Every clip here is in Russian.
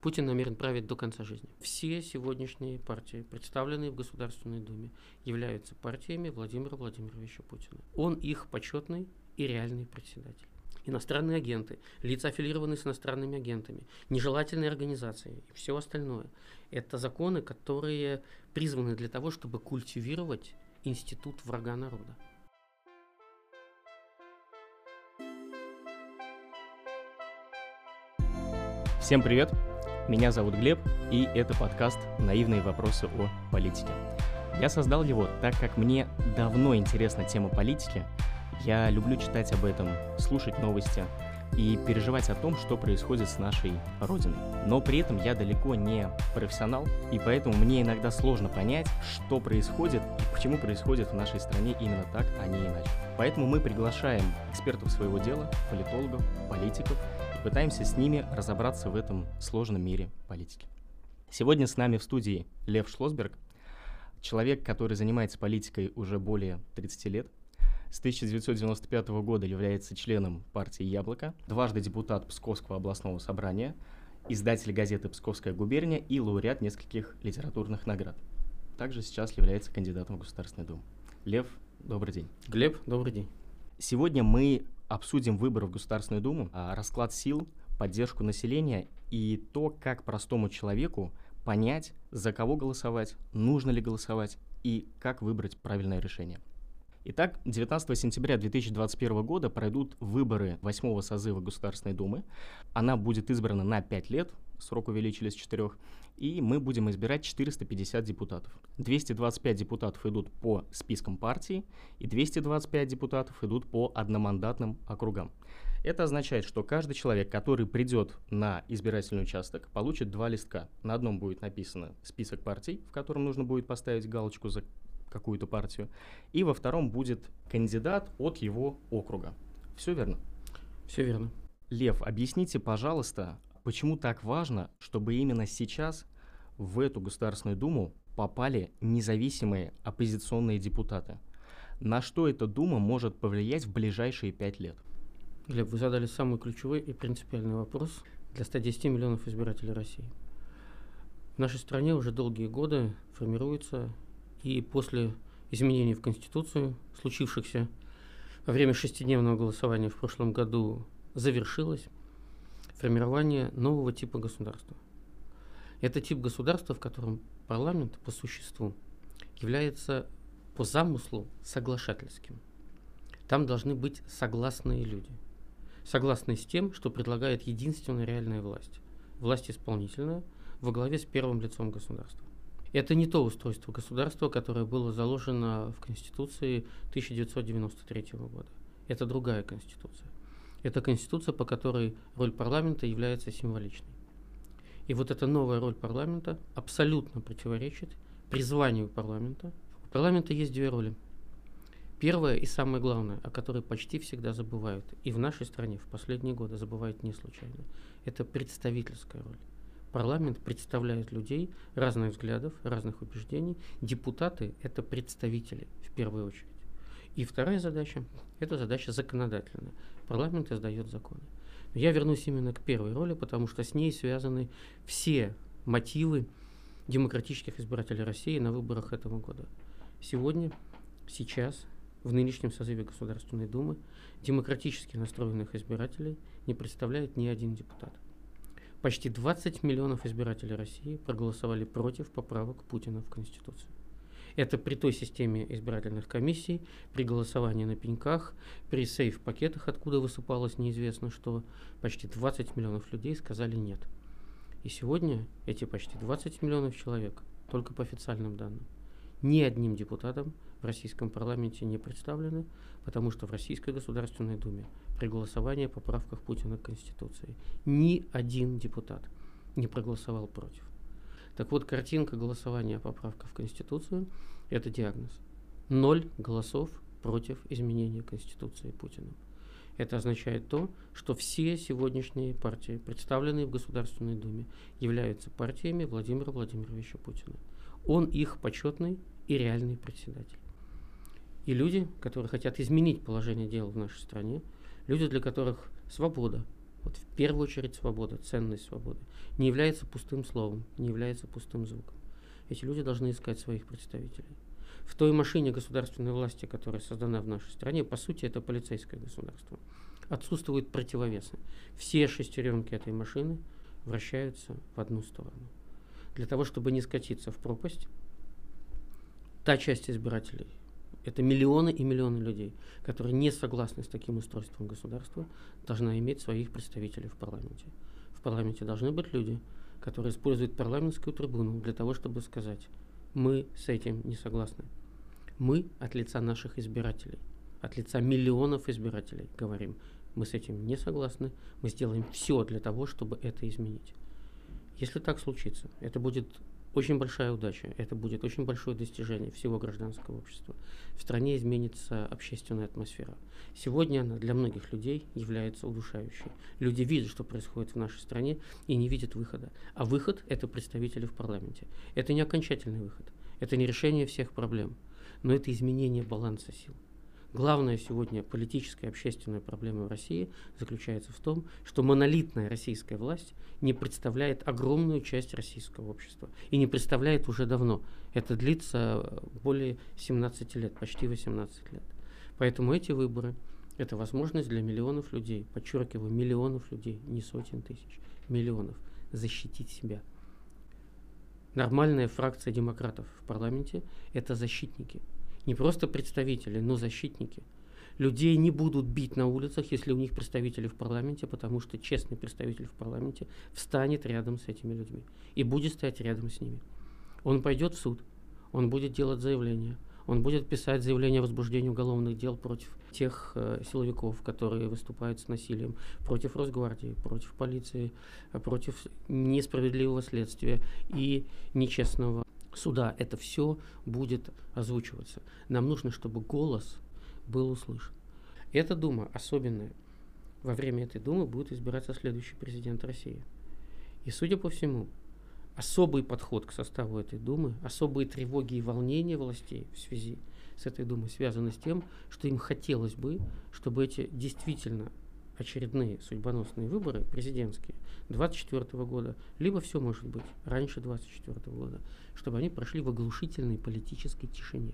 Путин намерен править до конца жизни. Все сегодняшние партии, представленные в Государственной Думе, являются партиями Владимира Владимировича Путина. Он их почетный и реальный председатель. Иностранные агенты, лица, аффилированные с иностранными агентами, нежелательные организации и все остальное. Это законы, которые призваны для того, чтобы культивировать институт врага народа. Всем привет! Меня зовут Глеб, и это подкаст «Наивные вопросы о политике». Я создал его, так как мне давно интересна тема политики. Я люблю читать об этом, слушать новости и переживать о том, что происходит с нашей Родиной. Но при этом я далеко не профессионал, и поэтому мне иногда сложно понять, что происходит и почему происходит в нашей стране именно так, а не иначе. Поэтому мы приглашаем экспертов своего дела, политологов, политиков, и пытаемся с ними разобраться в этом сложном мире политики. Сегодня с нами в студии Лев Шлосберг, человек, который занимается политикой уже более 30 лет. С 1995 года является членом партии «Яблоко», дважды депутат Псковского областного собрания, издатель газеты «Псковская губерния» и лауреат нескольких литературных наград. Также сейчас является кандидатом в Государственную Думу. Лев, добрый день. Глеб, добрый день. Сегодня мы обсудим выборы в Государственную Думу, расклад сил, поддержку населения и то, как простому человеку понять, за кого голосовать, нужно ли голосовать и как выбрать правильное решение. Итак, 19 сентября 2021 года пройдут выборы 8-го созыва Государственной Думы. Она будет избрана на 5 лет, срок увеличили с 4, и мы будем избирать 450 депутатов. 225 депутатов идут по спискам партии, и 225 депутатов идут по одномандатным округам. Это означает, что каждый человек, который придет на избирательный участок, получит 2 листка. На одном будет написано список партий, в котором нужно будет поставить галочку за какую-то партию, и во втором будет кандидат от его округа. Все верно? Все верно. Лев, объясните, пожалуйста, почему так важно, чтобы именно сейчас в эту Государственную Думу попали независимые оппозиционные депутаты? На что эта Дума может повлиять в ближайшие 5 лет? Глеб, вы задали самый ключевой и принципиальный вопрос для 110 миллионов избирателей России. В нашей стране уже долгие годы формируется и после изменений в Конституцию, случившихся во время 6-дневного голосования в прошлом году, завершилось формирование нового типа государства. Это тип государства, в котором парламент по существу является по замыслу соглашательским. Там должны быть согласные люди, согласные с тем, что предлагает единственная реальная власть, власть исполнительная, во главе с первым лицом государства. Это не то устройство государства, которое было заложено в Конституции 1993 года. Это другая Конституция. Это Конституция, по которой роль парламента является символичной. И вот эта новая роль парламента абсолютно противоречит призванию парламента. У парламента есть 2 роли. Первая и самое главное, о которой почти всегда забывают, и в нашей стране в последние годы забывают не случайно, это представительская роль. Парламент представляет людей разных взглядов, разных убеждений. Депутаты – это представители в первую очередь. И вторая задача – это задача законодательная. Парламент издает законы. Но я вернусь именно к первой роли, потому что с ней связаны все мотивы демократических избирателей России на выборах этого года. Сегодня, сейчас, в нынешнем созыве Государственной Думы демократически настроенных избирателей не представляет ни один депутат. Почти 20 миллионов избирателей России проголосовали против поправок Путина в Конституцию. Это при той системе избирательных комиссий, при голосовании на пеньках, при сейф-пакетах, откуда высыпалось неизвестно что, почти 20 миллионов людей сказали «нет». И сегодня эти почти 20 миллионов человек, только по официальным данным, ни одним депутатом в российском парламенте не представлены, потому что в Российской Государственной Думе при голосовании о поправках Путина к Конституции ни один депутат не проголосовал против. Так вот, картинка голосования о поправках в Конституцию – это диагноз. 0 голосов против изменения Конституции Путиным. Это означает то, что все сегодняшние партии, представленные в Государственной Думе, являются партиями Владимира Владимировича Путина. Он их почетный и реальный председатель. И люди, которые хотят изменить положение дел в нашей стране, люди, для которых свобода, вот в первую очередь свобода, ценность свободы, не является пустым словом, не является пустым звуком. Эти люди должны искать своих представителей. В той машине государственной власти, которая создана в нашей стране, по сути, это полицейское государство. Отсутствуют противовесы. Все шестеренки этой машины вращаются в одну сторону. Для того, чтобы не скатиться в пропасть, та часть избирателей, это миллионы и миллионы людей, которые не согласны с таким устройством государства, должна иметь своих представителей в парламенте. В парламенте должны быть люди, которые используют парламентскую трибуну для того, чтобы сказать: мы с этим не согласны. Мы от лица наших избирателей, от лица миллионов избирателей говорим: мы с этим не согласны, мы сделаем все для того, чтобы это изменить. Если так случится, это будет очень большая удача, это будет очень большое достижение всего гражданского общества. В стране изменится общественная атмосфера. Сегодня она для многих людей является удушающей. Люди видят, что происходит в нашей стране, и не видят выхода. А выход – это представители в парламенте. Это не окончательный выход, это не решение всех проблем, но это изменение баланса сил. Главная сегодня политическая и общественная проблема в России заключается в том, что монолитная российская власть не представляет огромную часть российского общества. И не представляет уже давно. Это длится более 17 лет, почти 18 лет. Поэтому эти выборы – это возможность для миллионов людей, подчеркиваю, миллионов людей, не сотен тысяч, миллионов, защитить себя. Нормальная фракция демократов в парламенте – это защитники. Не просто представители, но защитники. Людей не будут бить на улицах, если у них представители в парламенте, потому что честный представитель в парламенте встанет рядом с этими людьми и будет стоять рядом с ними. Он пойдет в суд, он будет делать заявления, он будет писать заявление о возбуждении уголовных дел против тех силовиков, которые выступают с насилием, против Росгвардии, против полиции, против несправедливого следствия и нечестного суда. Это все будет озвучиваться. Нам нужно, чтобы голос был услышан. Эта Дума особенная. Во время этой Думы будет избираться следующий президент России. И, судя по всему, особый подход к составу этой Думы, особые тревоги и волнения властей в связи с этой Думой связаны с тем, что им хотелось бы, чтобы эти действительно очередные судьбоносные выборы президентские 2024 года, либо все может быть раньше 2024 года, чтобы они прошли в оглушительной политической тишине.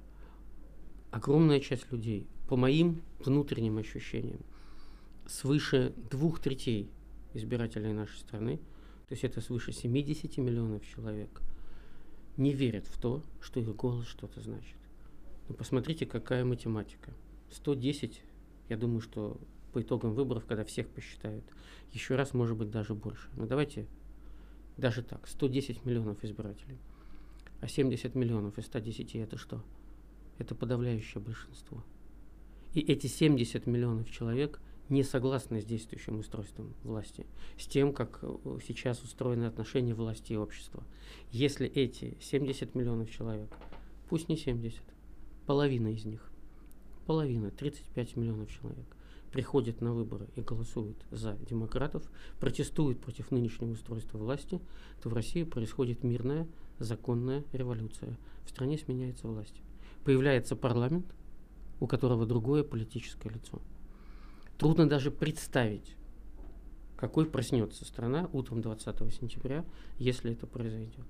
Огромная часть людей, по моим внутренним ощущениям, свыше 2/3 избирателей нашей страны, то есть это свыше 70 миллионов человек, не верят в то, что их голос что-то значит. Но посмотрите, какая математика. 110, я думаю, что по итогам выборов, когда всех посчитают, еще раз, может быть, даже больше. Но давайте даже так, 110 миллионов избирателей. А 70 миллионов из 110 это что? Это подавляющее большинство. И эти 70 миллионов человек не согласны с действующим устройством власти, с тем, как сейчас устроены отношения власти и общества. Если эти 70 миллионов человек, пусть не 70, половина из них, половина, 35 миллионов человек, приходят на выборы и голосуют за демократов, протестуют против нынешнего устройства власти, то в России происходит мирная, законная революция. В стране сменяется власть. Появляется парламент, у которого другое политическое лицо. Трудно даже представить, какой проснется страна утром 20 сентября, если это произойдет.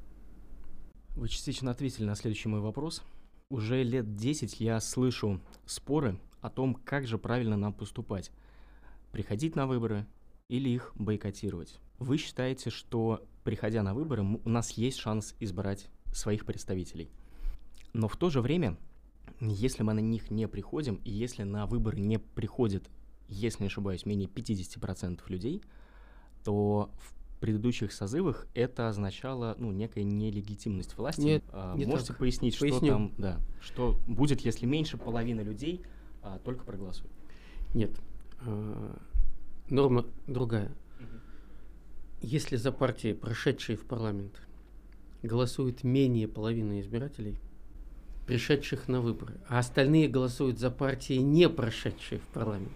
Вы частично ответили на следующий мой вопрос. Уже лет 10 я слышу споры о том, как же правильно нам поступать. Приходить на выборы или их бойкотировать. Вы считаете, что, приходя на выборы, у нас есть шанс избрать своих представителей. Но в то же время, если мы на них не приходим, и если на выборы не приходит, если не ошибаюсь, менее 50% людей, то в предыдущих созывах это означало некая нелегитимность власти. Нет, можете так. пояснить, что там, что будет, если меньше половины людей только проголосуют? Нет. Норма другая. Если за партии, прошедшие в парламент, голосует менее половины избирателей, пришедших на выборы, а остальные голосуют за партии, не прошедшие в парламент,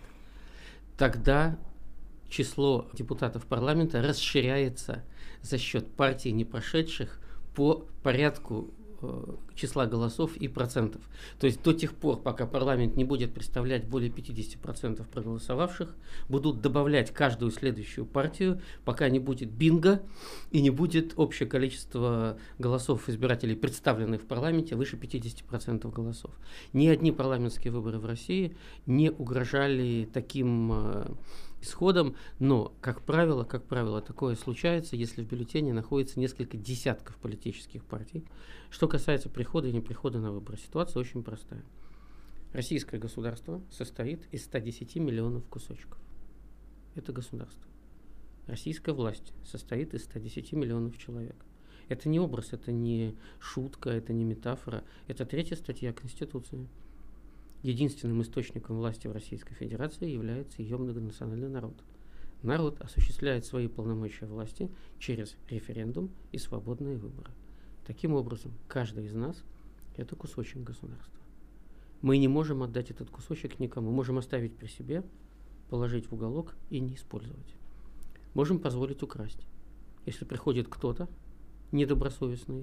тогда число депутатов парламента расширяется за счет партий, не прошедших, по порядку числа голосов и процентов. То есть до тех пор, пока парламент не будет представлять более 50% проголосовавших, будут добавлять каждую следующую партию, пока не будет бинго и не будет общее количество голосов избирателей, представленных в парламенте, выше 50% голосов. Ни одни парламентские выборы в России не угрожали таким исходом, но, как правило, такое случается, если в бюллетене находится несколько десятков политических партий. Что касается прихода и неприхода на выборы, ситуация очень простая. Российское государство состоит из 110 миллионов кусочков. Это государство. Российская власть состоит из 110 миллионов человек. Это не образ, это не шутка, это не метафора, это 3-я статья Конституции. Единственным источником власти в Российской Федерации является ее многонациональный народ. Народ осуществляет свои полномочия власти через референдум и свободные выборы. Таким образом, каждый из нас – это кусочек государства. Мы не можем отдать этот кусочек никому. Можем оставить при себе, положить в уголок и не использовать. Можем позволить украсть. Если приходит кто-то недобросовестный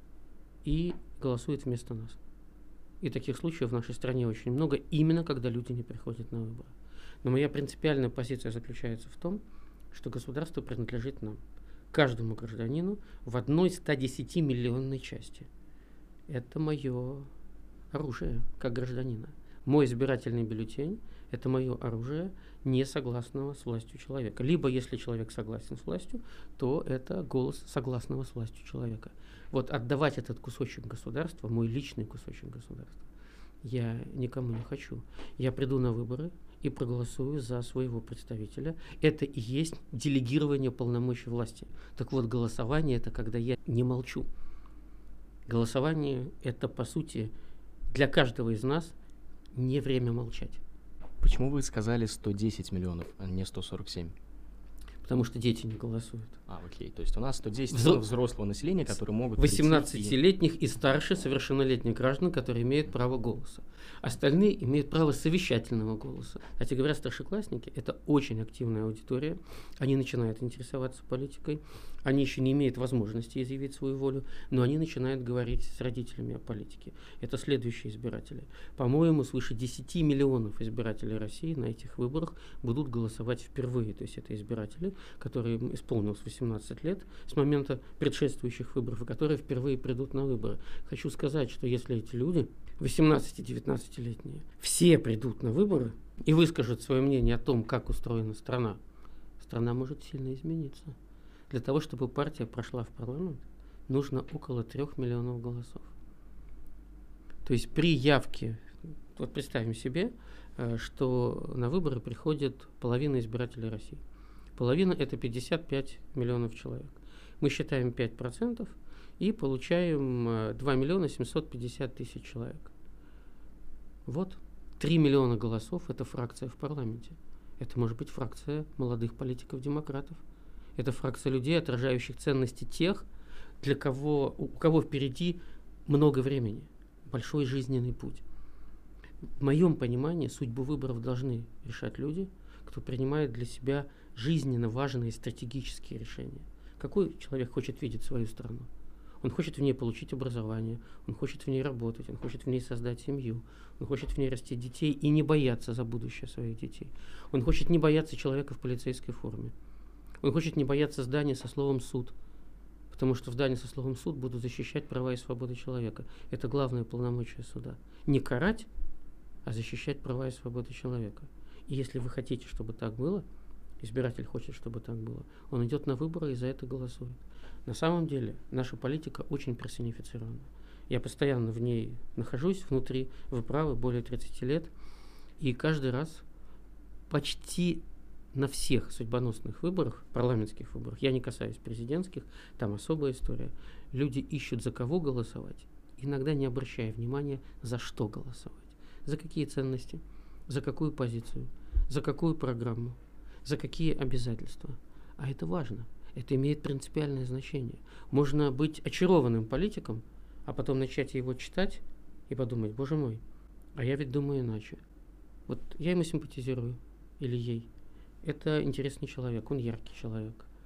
и голосует вместо нас. И таких случаев в нашей стране очень много, именно когда люди не приходят на выборы. Но моя принципиальная позиция заключается в том, что государство принадлежит нам, каждому гражданину в одной 110-миллионной части. Это мое оружие как гражданина. Мой избирательный бюллетень – это мое оружие несогласного с властью человека. Либо, если человек согласен с властью, то это голос согласного с властью человека. Вот отдавать этот кусочек государства, мой личный кусочек государства, я никому не хочу. Я приду на выборы и проголосую за своего представителя. Это и есть делегирование полномочий власти. Так вот, голосование – это когда я не молчу. Голосование – это, по сути, для каждого из нас не время молчать. Почему вы сказали 110 миллионов, а не 147? Потому что дети не голосуют. Окей. То есть у нас 110 миллионов взрослого населения, которые могут 18-летних и старше совершеннолетних граждан, которые имеют право голоса. Остальные имеют право совещательного голоса. Кстати говоря, старшеклассники – это очень активная аудитория. Они начинают интересоваться политикой. Они еще не имеют возможности изъявить свою волю, но они начинают говорить с родителями о политике. Это следующие избиратели. По-моему, свыше 10 миллионов избирателей России на этих выборах будут голосовать впервые. То есть это избиратели, которым исполнилось 18 лет с момента предшествующих выборов, и которые впервые придут на выборы. Хочу сказать, что если эти люди, 18-19-летние, все придут на выборы и выскажут свое мнение о том, как устроена страна, страна может сильно измениться. Для того, чтобы партия прошла в парламент, нужно около 3 миллионов голосов. То есть при явке, вот представим себе, что на выборы приходит половина избирателей России. Половина – это 55 миллионов человек. Мы считаем 5% и получаем 2 миллиона 750 тысяч человек. Вот 3 миллиона голосов – это фракция в парламенте. Это может быть фракция молодых политиков-демократов. Это фракция людей, отражающих ценности тех, у кого впереди много времени, большой жизненный путь. В моем понимании судьбу выборов должны решать люди, кто принимает для себя жизненно важные стратегические решения. Какой человек хочет видеть свою страну? Он хочет в ней получить образование, он хочет в ней работать, он хочет в ней создать семью, он хочет в ней растить детей и не бояться за будущее своих детей. Он хочет не бояться человека в полицейской форме. Он хочет не бояться здания со словом «суд», потому что в здании со словом «суд» будут защищать права и свободы человека. Это главное полномочие суда. Не карать, а защищать права и свободы человека. И если вы хотите, чтобы так было, избиратель хочет, чтобы так было, он идет на выборы и за это голосует. На самом деле наша политика очень персонифицирована. Я постоянно в ней нахожусь, внутри, вы правы, более 30 лет, и каждый раз почти на всех судьбоносных выборах, парламентских выборах, я не касаюсь президентских, там особая история, люди ищут, за кого голосовать, иногда не обращая внимания, за что голосовать, за какие ценности, за какую позицию, за какую программу, за какие обязательства. А это важно, это имеет принципиальное значение. Можно быть очарованным политиком, а потом начать его читать и подумать: боже мой, а я ведь думаю иначе. Вот я ему симпатизирую или ей. Это интересный человек, он яркий человек.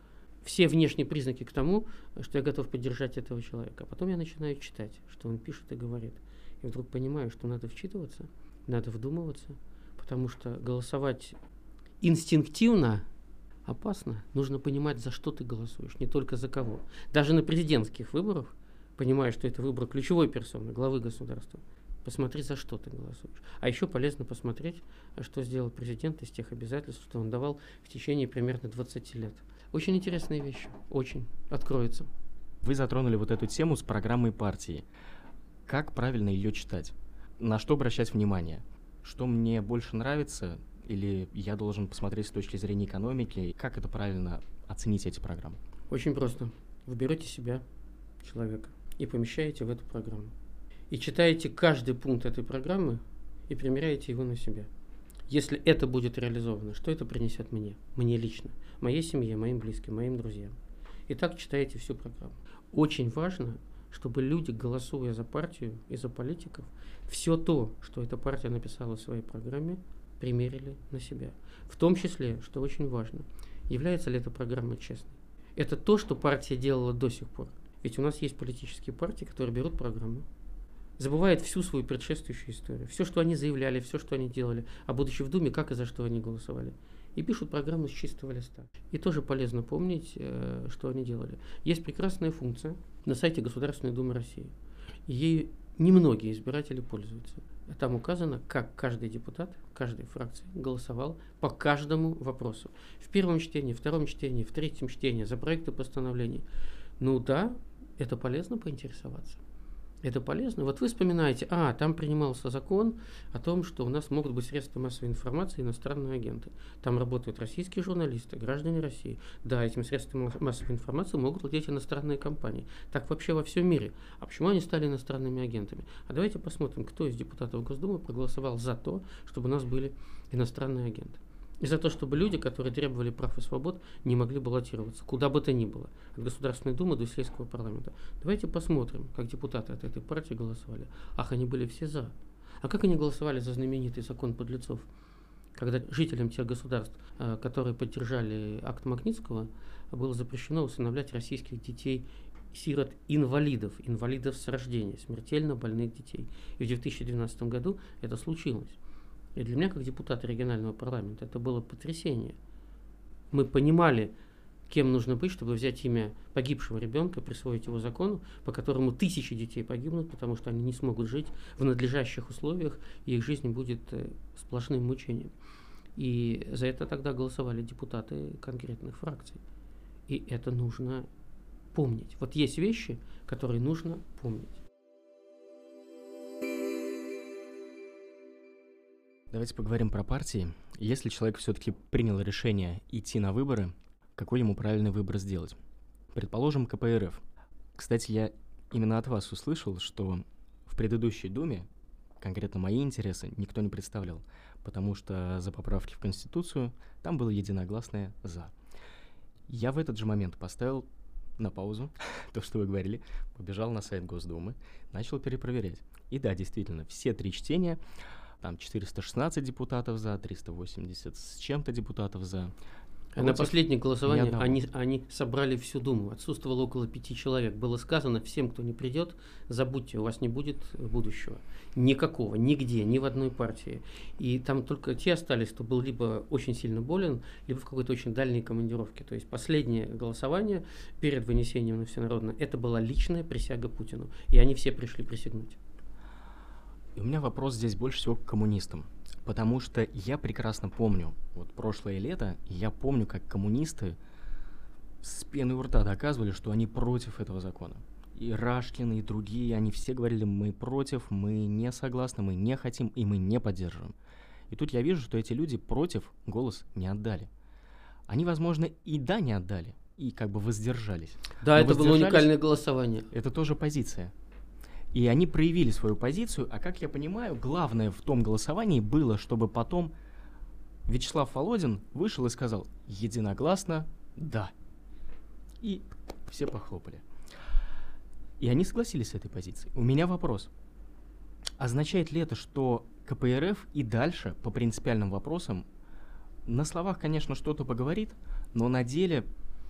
все внешние признаки к тому, что я готов поддержать этого человека. А потом я начинаю читать, что он пишет и говорит. И вдруг понимаю, что надо вчитываться, надо вдумываться, потому что голосовать инстинктивно опасно. Нужно понимать, за что ты голосуешь, не только за кого. Даже на президентских выборах, понимая, что это выбор ключевой персоны, главы государства, посмотри, за что ты голосуешь. А еще полезно посмотреть, что сделал президент из тех обязательств, что он давал в течение примерно 20 лет. Очень интересные вещи, очень. Откроются. Вы затронули вот эту тему с программой партии. Как правильно ее читать? На что обращать внимание? Что мне больше нравится? Или я должен посмотреть с точки зрения экономики? Как это правильно оценить эти программы? Очень просто. Вы берете себя, человека, и помещаете в эту программу. И читаете каждый пункт этой программы и примеряете его на себя. Если это будет реализовано, что это принесет мне лично, моей семье, моим близким, моим друзьям. И так читаете всю программу. Очень важно, чтобы люди, голосуя за партию и за политиков, все то, что эта партия написала в своей программе, примерили на себя. В том числе, что очень важно, является ли эта программа честной. Это то, что партия делала до сих пор. Ведь у нас есть политические партии, которые берут программу, забывают всю свою предшествующую историю, все, что они заявляли, все, что они делали, а будучи в Думе, как и за что они голосовали. И пишут программу с чистого листа. И тоже полезно помнить, что они делали. Есть прекрасная функция на сайте Государственной Думы России. Ею немногие избиратели пользуются. Там указано, как каждый депутат, каждой фракции голосовал по каждому вопросу. В первом чтении, втором чтении, в третьем чтении, за проекты постановлений. Ну да, это полезно поинтересоваться. Это полезно. Вот вы вспоминаете, там принимался закон о том, что у нас могут быть средства массовой информации иностранные агенты. Там работают российские журналисты, граждане России. Да, этим средствами массовой информации могут владеть иностранные компании. Так вообще во всем мире. А почему они стали иностранными агентами? А давайте посмотрим, кто из депутатов Госдумы проголосовал за то, чтобы у нас были иностранные агенты. И за то, чтобы люди, которые требовали прав и свобод, не могли баллотироваться, куда бы то ни было, от Государственной Думы до сельского парламента. Давайте посмотрим, как депутаты от этой партии голосовали. Ах, они были все за. А как они голосовали за знаменитый закон подлецов? Когда жителям тех государств, которые поддержали акт Магнитского, было запрещено усыновлять российских детей, сирот-инвалидов, инвалидов с рождения, смертельно больных детей. И в 2012 году это случилось. И для меня, как депутата регионального парламента, это было потрясение. Мы понимали, кем нужно быть, чтобы взять имя погибшего ребенка, присвоить его закону, по которому тысячи детей погибнут, потому что они не смогут жить в надлежащих условиях, и их жизнь будет сплошным мучением. И за это тогда голосовали депутаты конкретных фракций. И это нужно помнить. Вот есть вещи, которые нужно помнить. Давайте поговорим про партии. Если человек все-таки принял решение идти на выборы, какой ему правильный выбор сделать? Предположим, КПРФ. Кстати, я именно от вас услышал, что в предыдущей Думе конкретно мои интересы никто не представлял, потому что за поправки в Конституцию там было единогласное «за». Я в этот же момент поставил на паузу то, что вы говорили, побежал на сайт Госдумы, начал перепроверять. И да, действительно, все 3 чтения, там 416 депутатов за, 380 с чем-то депутатов за. А на последнее голосование они собрали всю Думу. Отсутствовало около 5 человек. Было сказано всем, кто не придет, забудьте, у вас не будет будущего. Никакого, нигде, ни в одной партии. И там только те остались, кто был либо очень сильно болен, либо в какой-то очень дальней командировке. То есть последнее голосование перед вынесением на всенародное, это была личная присяга Путину. И они все пришли присягнуть. И у меня вопрос здесь больше всего к коммунистам, потому что я прекрасно помню, вот прошлое лето, я помню, как коммунисты с пеной у рта доказывали, что они против этого закона. И Рашкин, и другие, они все говорили, мы против, мы не согласны, мы не хотим и мы не поддерживаем. И тут я вижу, что эти люди против голос не отдали. Они, возможно, и да, не отдали, и как бы воздержались. Да, это было уникальное голосование. Это тоже позиция. И они проявили свою позицию, а как я понимаю, главное в том голосовании было, чтобы потом Вячеслав Володин вышел и сказал единогласно «да». И все похлопали. И они согласились с этой позицией. У меня вопрос. Означает ли это, что КПРФ и дальше по принципиальным вопросам на словах, конечно, что-то поговорит, но на деле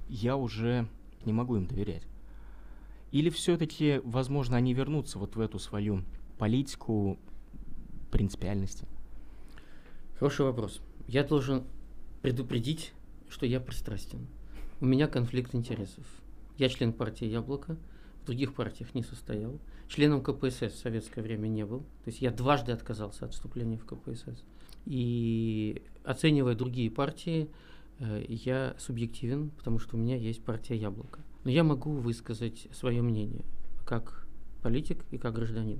я уже не могу им доверять? Или все-таки, возможно, они вернутся вот в эту свою политику принципиальности? Хороший вопрос. Я должен предупредить, что я пристрастен. У меня конфликт интересов. Я член партии «Яблоко», в других партиях не состоял. Членом КПСС в советское время не был. То есть я дважды отказался от вступления в КПСС. И оценивая другие партии, я субъективен, потому что у меня есть партия «Яблоко». Но я могу высказать свое мнение как политик и как гражданин.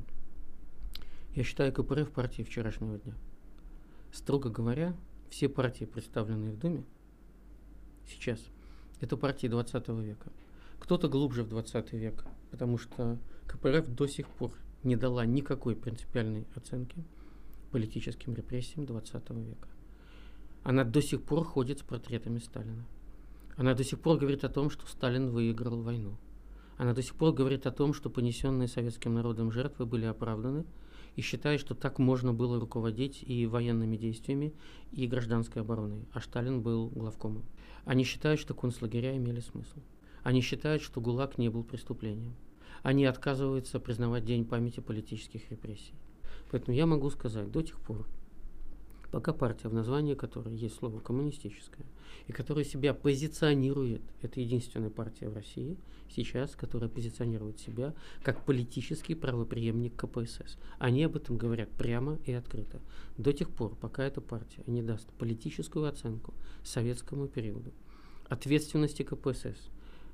Я считаю КПРФ партией вчерашнего дня. Строго говоря, все партии, представленные в Думе сейчас, это партии 20 века. Кто-то глубже в 20 век, потому что КПРФ до сих пор не дала никакой принципиальной оценки политическим репрессиям 20 века. Она до сих пор ходит с портретами Сталина. Она до сих пор говорит о том, что Сталин выиграл войну. Она до сих пор говорит о том, что понесенные советским народом жертвы были оправданы, и считает, что так можно было руководить и военными действиями, и гражданской обороной. А Сталин был главкомом. Они считают, что концлагеря имели смысл. Они считают, что ГУЛАГ не был преступлением. Они отказываются признавать День памяти политических репрессий. Поэтому я могу сказать, до тех пор, пока партия, в названии которой есть слово «коммунистическая», и которая себя позиционирует, это единственная партия в России сейчас, которая позиционирует себя как политический правопреемник КПСС. Они об этом говорят прямо и открыто. До тех пор, пока эта партия не даст политическую оценку советскому периоду, ответственности КПСС,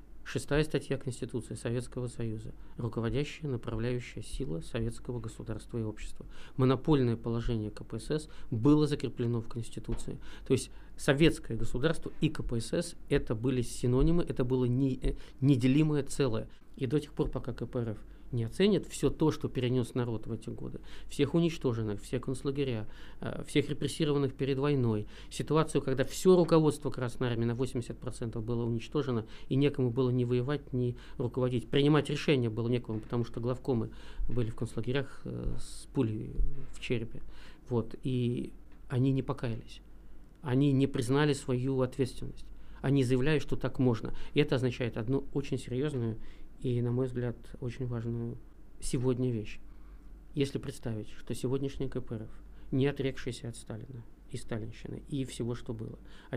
6-я статья Конституции Советского Союза, руководящая, направляющая сила советского государства и общества. Монопольное положение КПСС было закреплено в Конституции. То есть советское государство и КПСС это были синонимы, это было неделимое целое. И до тех пор, пока КПРФ не оценит все то, что перенес народ в эти годы, всех уничтоженных, все концлагеря, всех репрессированных перед войной, ситуацию, когда все руководство Красной Армии на 80% было уничтожено, и некому было ни воевать, ни руководить. Принимать решения было некому, потому что главкомы были в концлагерях с пулей в черепе. Вот, и они не покаялись. Они не признали свою ответственность. Они заявляют, что так можно. И это означает одну очень серьезную и, на мой взгляд, очень важную сегодня вещь. Если представить, что сегодняшний КПРФ, не отрекшийся от Сталина и сталинщины, и всего, что было,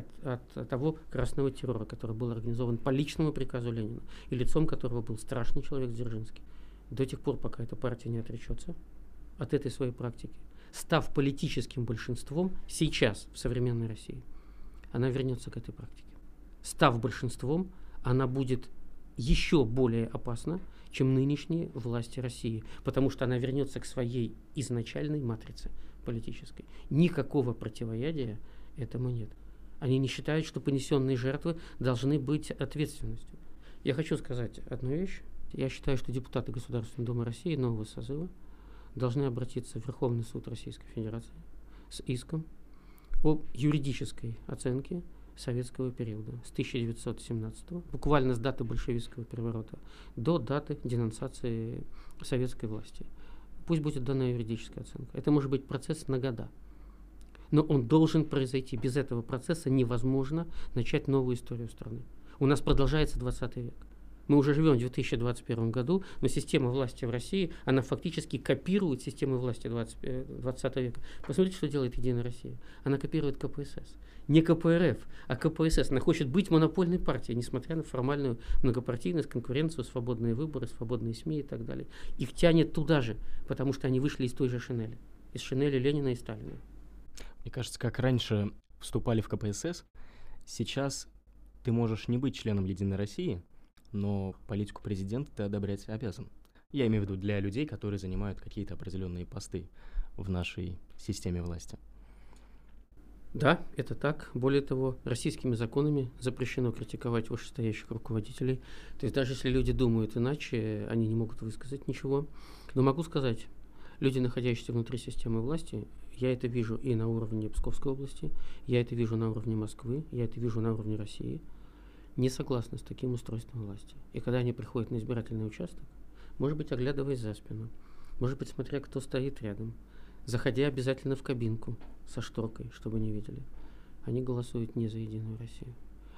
от того красного террора, который был организован по личному приказу Ленина, и лицом которого был страшный человек Дзержинский, до тех пор, пока эта партия не отречется от этой своей практики, став политическим большинством сейчас в современной России, она вернется к этой практике. Став большинством, она будет еще более опасна, чем нынешние власти России, потому что она вернется к своей изначальной матрице политической. Никакого противоядия этому нет. Они не считают, что понесенные жертвы должны быть ответственностью. Я хочу сказать одну вещь. Я считаю, что депутаты Государственной Думы России нового созыва должны обратиться в Верховный суд Российской Федерации с иском об юридической оценке советского периода с 1917, буквально с даты большевистского переворота, до даты денонсации советской власти. Пусть будет дана юридическая оценка. Это может быть процесс на года. Но он должен произойти. Без этого процесса невозможно начать новую историю страны. У нас продолжается 20 век. Мы уже живем в 2021 году, но система власти в России, она фактически копирует систему власти 20 века. Посмотрите, что делает Единая Россия. Она копирует КПСС. Не КПРФ, а КПСС. Она хочет быть монопольной партией, несмотря на формальную многопартийность, конкуренцию, свободные выборы, свободные СМИ и так далее. Их тянет туда же, потому что они вышли из той же шинели. Из шинели Ленина и Сталина. Мне кажется, как раньше вступали в КПСС, сейчас ты можешь не быть членом Единой России, но политику президента ты одобрять обязан. Я имею в виду для людей, которые занимают какие-то определенные посты в нашей системе власти. Да, это так. Более того, российскими законами запрещено критиковать вышестоящих руководителей. То есть даже если люди думают иначе, они не могут высказать ничего. Но могу сказать, люди, находящиеся внутри системы власти, я это вижу и на уровне Псковской области, я это вижу на уровне Москвы, я это вижу на уровне России, не согласны с таким устройством власти. И когда они приходят на избирательный участок, может быть, оглядываясь за спину, может быть, смотря, кто стоит рядом, заходя обязательно в кабинку со шторкой, чтобы не видели, они голосуют не за Единую Россию.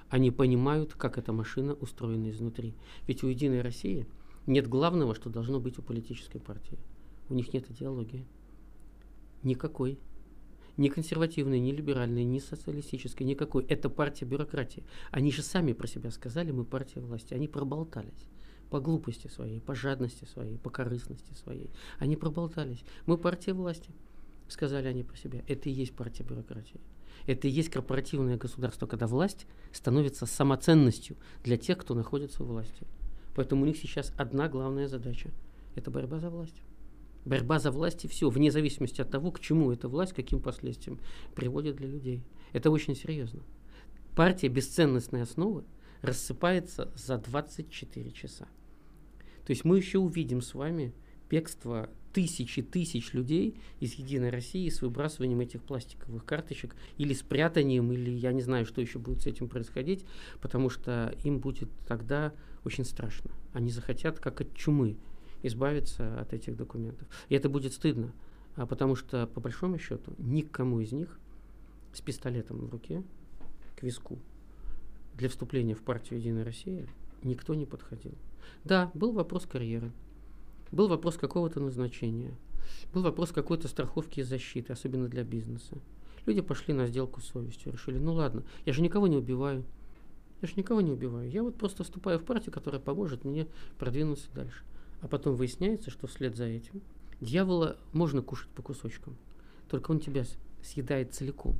Они понимают, как эта машина устроена изнутри. Ведь у «Единой России» нет главного, что должно быть у политической партии. У них нет идеологии. Никакой. Ни консервативной, ни либеральной, ни социалистической, никакой. Это партия бюрократии. Они же сами про себя сказали, мы партия власти. Они проболтались. По глупости своей, по жадности своей, по корыстности своей. Они проболтались. Мы партия власти, сказали они про себя. Это и есть партия бюрократии. Это и есть корпоративное государство, когда власть становится самоценностью для тех, кто находится у власти. Поэтому у них сейчас одна главная задача – это борьба за власть. Борьба за власть и все, вне зависимости от того, к чему эта власть, каким последствиям приводит для людей. Это очень серьезно. Партия без ценностной основы рассыпается за 24 часа. То есть мы еще увидим с вами бегство тысяч и тысяч людей из «Единой России» с выбрасыванием этих пластиковых карточек или спрятанием, или я не знаю, что еще будет с этим происходить, потому что им будет тогда очень страшно. Они захотят, как от чумы, избавиться от этих документов. И это будет стыдно, потому что, по большому счету, никому из них с пистолетом в руке к виску для вступления в партию «Единая Россия» никто не подходил. Да, был вопрос карьеры, был вопрос какого-то назначения, был вопрос какой-то страховки и защиты, особенно для бизнеса. Люди пошли на сделку с совестью, решили, ну ладно, я же никого не убиваю, я вот просто вступаю в партию, которая поможет мне продвинуться дальше. А потом выясняется, что вслед за этим дьявола можно кушать по кусочкам, только он тебя съедает целиком.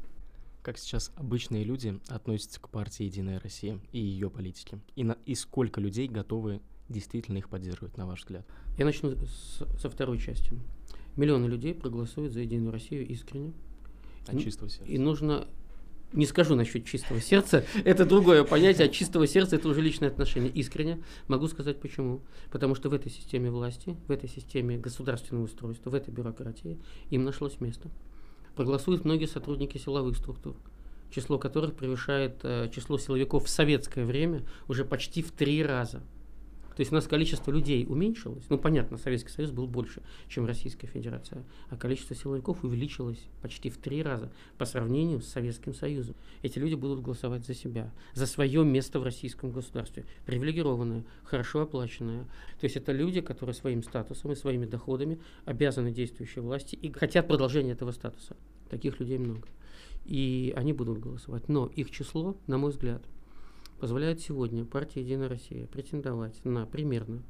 Как сейчас обычные люди относятся к партии «Единая Россия» и ее политике? И сколько людей готовы действительно их поддерживать, на ваш взгляд? Я начну со второй части. Миллионы людей проголосуют за «Единую Россию» искренне. От чистого сердца. И нужно... Не скажу насчет чистого сердца, это другое понятие, от чистого сердца это уже личное отношение. Искренне могу сказать почему. Потому что в этой системе власти, в этой системе государственного устройства, в этой бюрократии им нашлось место. Проголосуют многие сотрудники силовых структур, число которых превышает число силовиков в советское время уже почти в 3 раза. То есть у нас количество людей уменьшилось. Ну, понятно, Советский Союз был больше, чем Российская Федерация. А количество силовиков увеличилось почти в 3 раза по сравнению с Советским Союзом. Эти люди будут голосовать за себя, за свое место в российском государстве. Привилегированное, хорошо оплаченное. То есть это люди, которые своим статусом и своими доходами обязаны действующей власти и хотят продолжения этого статуса. Таких людей много. И они будут голосовать. Но их число, на мой взгляд, позволяет сегодня партии «Единая Россия» претендовать на примерно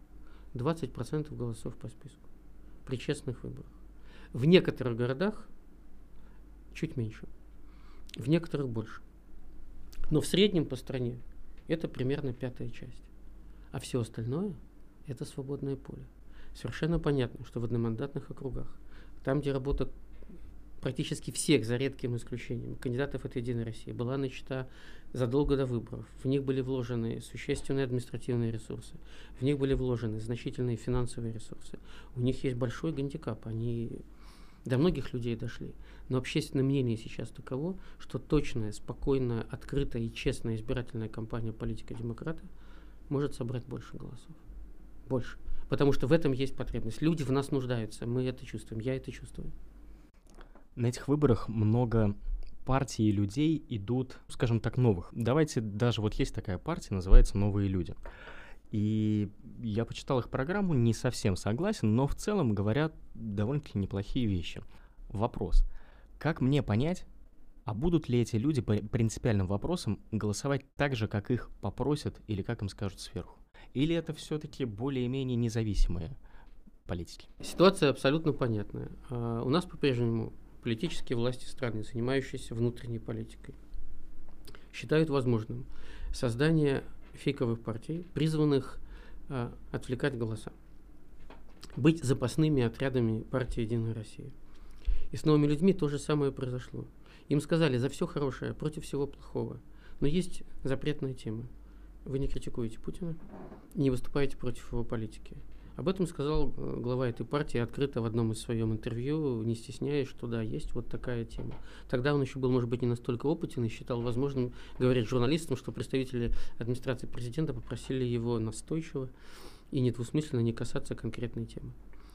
20% голосов по списку при честных выборах. В некоторых городах чуть меньше, в некоторых больше. Но в среднем по стране это примерно 1/5 часть. А все остальное – это свободное поле. Совершенно понятно, что в одномандатных округах, там, где работа практически всех, за редким исключением, кандидатов от «Единой России» была начата задолго до выборов. В них были вложены существенные административные ресурсы, в них были вложены значительные финансовые ресурсы. У них есть большой гандикап, они до многих людей дошли. Но общественное мнение сейчас таково, что точная, спокойная, открытая и честная избирательная кампания политика-демократа может собрать больше голосов. Больше. Потому что в этом есть потребность. Люди в нас нуждаются, мы это чувствуем, я это чувствую. На этих выборах много партий и людей идут, скажем так, новых. Давайте, даже вот есть такая партия, называется «Новые люди». И я почитал их программу, не совсем согласен, но в целом говорят довольно-таки неплохие вещи. Вопрос. Как мне понять, а будут ли эти люди по принципиальным вопросам голосовать так же, как их попросят или как им скажут сверху? Или это все-таки более-менее независимые политики? Ситуация абсолютно понятная. У нас по-прежнему политические власти страны, занимающиеся внутренней политикой, считают возможным создание фейковых партий, призванных отвлекать голоса, быть запасными отрядами партии «Единая Россия». И с новыми людьми то же самое произошло. Им сказали за все хорошее, против всего плохого. Но есть запретная тема. Вы не критикуете Путина, не выступаете против его политики. Об этом сказал глава этой партии открыто в одном из своем интервью, не стесняясь, что да, есть вот такая тема. Тогда он еще был, может быть, не настолько опытен и считал возможным говорить журналистам, что представители администрации президента попросили его настойчиво и недвусмысленно не касаться конкретной темы.